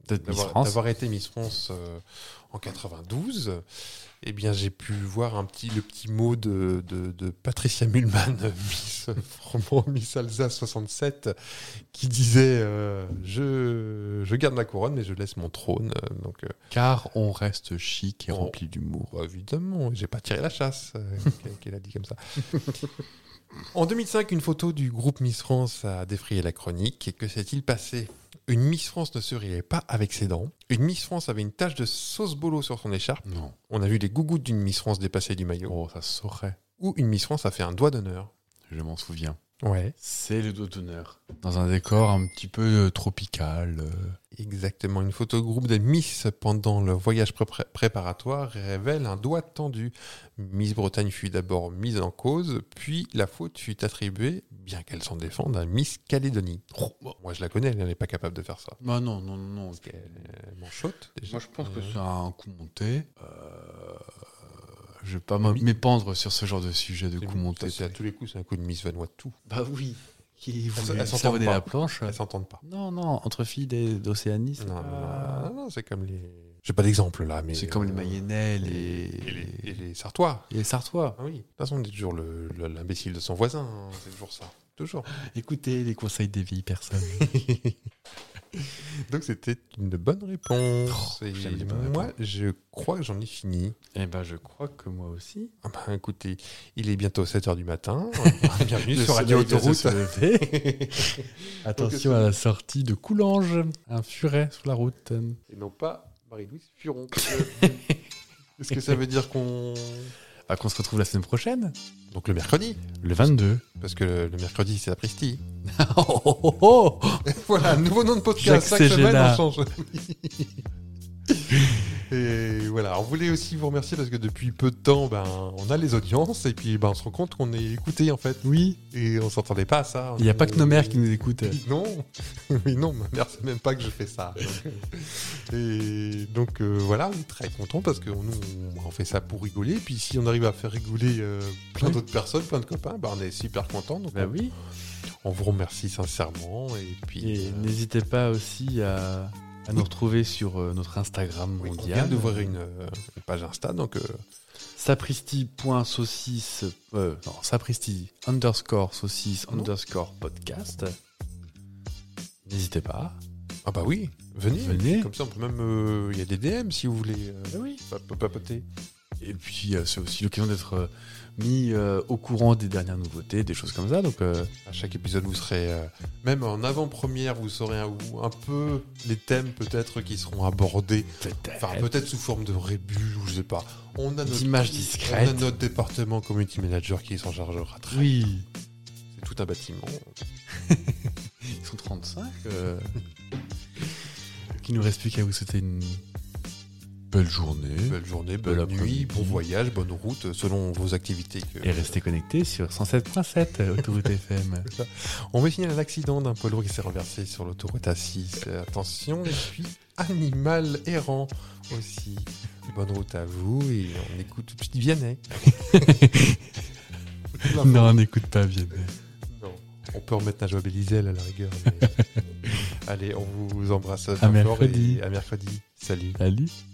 Peut-être Miss d'avoir, France. d'avoir été Miss France euh, en quatre-vingt-douze, eh bien, j'ai pu voir un petit, le petit mot de, de, de Patricia Muhlmann, Miss, vraiment, Miss Alsace soixante-sept, qui disait euh, je, je garde ma couronne, mais je laisse mon trône. Euh, donc, euh, Car on reste chic et Oh. rempli d'humour. bah, évidemment, j'ai pas tiré la chasse, euh, qu'elle, qu'elle a dit comme ça. En deux mille cinq, une photo du groupe Miss France a défrayé la chronique. Et que s'est-il passé ? Une Miss France ne se riait pas avec ses dents. Une Miss France avait une tache de sauce bolo sur son écharpe. Non. On a vu les gougouttes d'une Miss France dépasser du maillot. Oh, ça se saurait. Ou une Miss France a fait un doigt d'honneur. Je m'en souviens. Ouais. C'est le doigt d'honneur. Dans un décor un petit peu euh, tropical. euh. Exactement. Une photo groupe de Miss pendant le voyage pré- pré- préparatoire révèle un doigt tendu. Miss Bretagne fut d'abord mise en cause, puis la faute fut attribuée, bien qu'elle s'en défende, à Miss Calédonie. Oh, bon, moi je la connais, elle n'est pas capable de faire ça. Bah non, non, non, non. Parce qu'elle m'enchote déjà. Moi, je pense que Euh, c'est un coup monté. Euh, je vais pas m- m'épandre sur ce genre de sujet de c'est- coup monté. c'est- c'est à tous les coups, c'est un coup de Miss Vanuatu. Bah oui. Qui Elles- voulait elles s'entendent savonner pas. la planche. Elles s'entendent pas. Non, non, entre filles des- d'Océanie, c'est Non, non, pas- non, non, non, c'est comme les. J'ai pas d'exemple là, mais. C'est comme les euh, Mayennais, les... Et les, et les Sartois. et les Sartois. Ah oui. De toute façon, on est toujours le- le- l'imbécile de son voisin. hein, C'est toujours ça. Toujours. Écoutez les conseils des vieilles personnes. Donc c'était une bonne réponse. Oh, Et j'aime les bonnes moi, réponses. je crois que j'en ai fini. Eh ben, je crois que moi aussi. Ah bah, écoutez, il est bientôt sept heures du matin. Bienvenue Le sur Radio soleil vient de Autoroute. se lever. Attention à la sortie de Coulanges, un furet sur la route. Et non pas Marie-Louise Furon. parce que- Est-ce que ça veut dire qu'on... Ah, qu'on se retrouve la semaine prochaine, Donc le mercredi. le vingt-deux. Parce que le, le mercredi, c'est la Pristi. oh, oh, oh, oh. Voilà, nouveau nom de podcast. Jacques Chaque semaine, Ségéla. on change. Et voilà, on voulait aussi vous remercier parce que depuis peu de temps, ben, on a les audiences et puis ben, on se rend compte qu'on est écouté en fait. Oui, Et on s'entendait pas à ça. il n'y a pas que nos mères qui nous écoutent. Non, oui, non, ma mère sait même pas que je fais ça. Donc, euh, et donc euh, voilà, on est très content parce que nous, on, on fait ça pour rigoler. Et puis si on arrive à faire rigoler euh, plein Oui. d'autres personnes, plein de copains, ben, on est super content. Donc Bah on, oui. on vous remercie sincèrement. Et puis Et euh, n'hésitez pas aussi à, à nous retrouver sur euh, notre Instagram oui, on mondial. vient d'ouvrir une, euh, une page Insta, donc euh, sapristi.saucisse, euh, non, sapristi underscore saucisse Non. underscore podcast. N'hésitez pas. ah bah oui, venez. Venez. Comme ça, on peut même, euh, il y a des D M si vous voulez euh, oui. pap- papoter. Et puis, euh, c'est aussi l'occasion d'être euh, mis euh, au courant des dernières nouveautés, des choses comme ça. Donc, euh, À chaque épisode, vous serez, euh, même en avant-première, vous saurez un, ou un peu les thèmes peut-être qui seront abordés. peut-être. Enfin, peut-être sous forme de rébus ou je sais pas. On a notre, D'images on a discrètes. notre département community manager qui s'en chargera très. Oui. C'est tout un bâtiment. Ils sont trente-cinq. Euh... Qu'il nous reste plus qu'à vous souhaiter une belle journée. Belle journée, Belle bonne nuit, après-midi. bon voyage, bonne route, selon vos activités. que- Et restez connectés sur cent sept point sept Autoroute F M. On va finir un accident d'un poids lourd qui s'est renversé sur l'autoroute A six. Euh, Attention, et puis animal errant aussi. Bonne route à vous et on écoute tout de suite Vianney. Non, on n'écoute pas bien. Non. On peut remettre Najwa Belizel à la rigueur. mais- Allez, on vous embrasse À très fort mercredi. et à mercredi. Salut. Salut.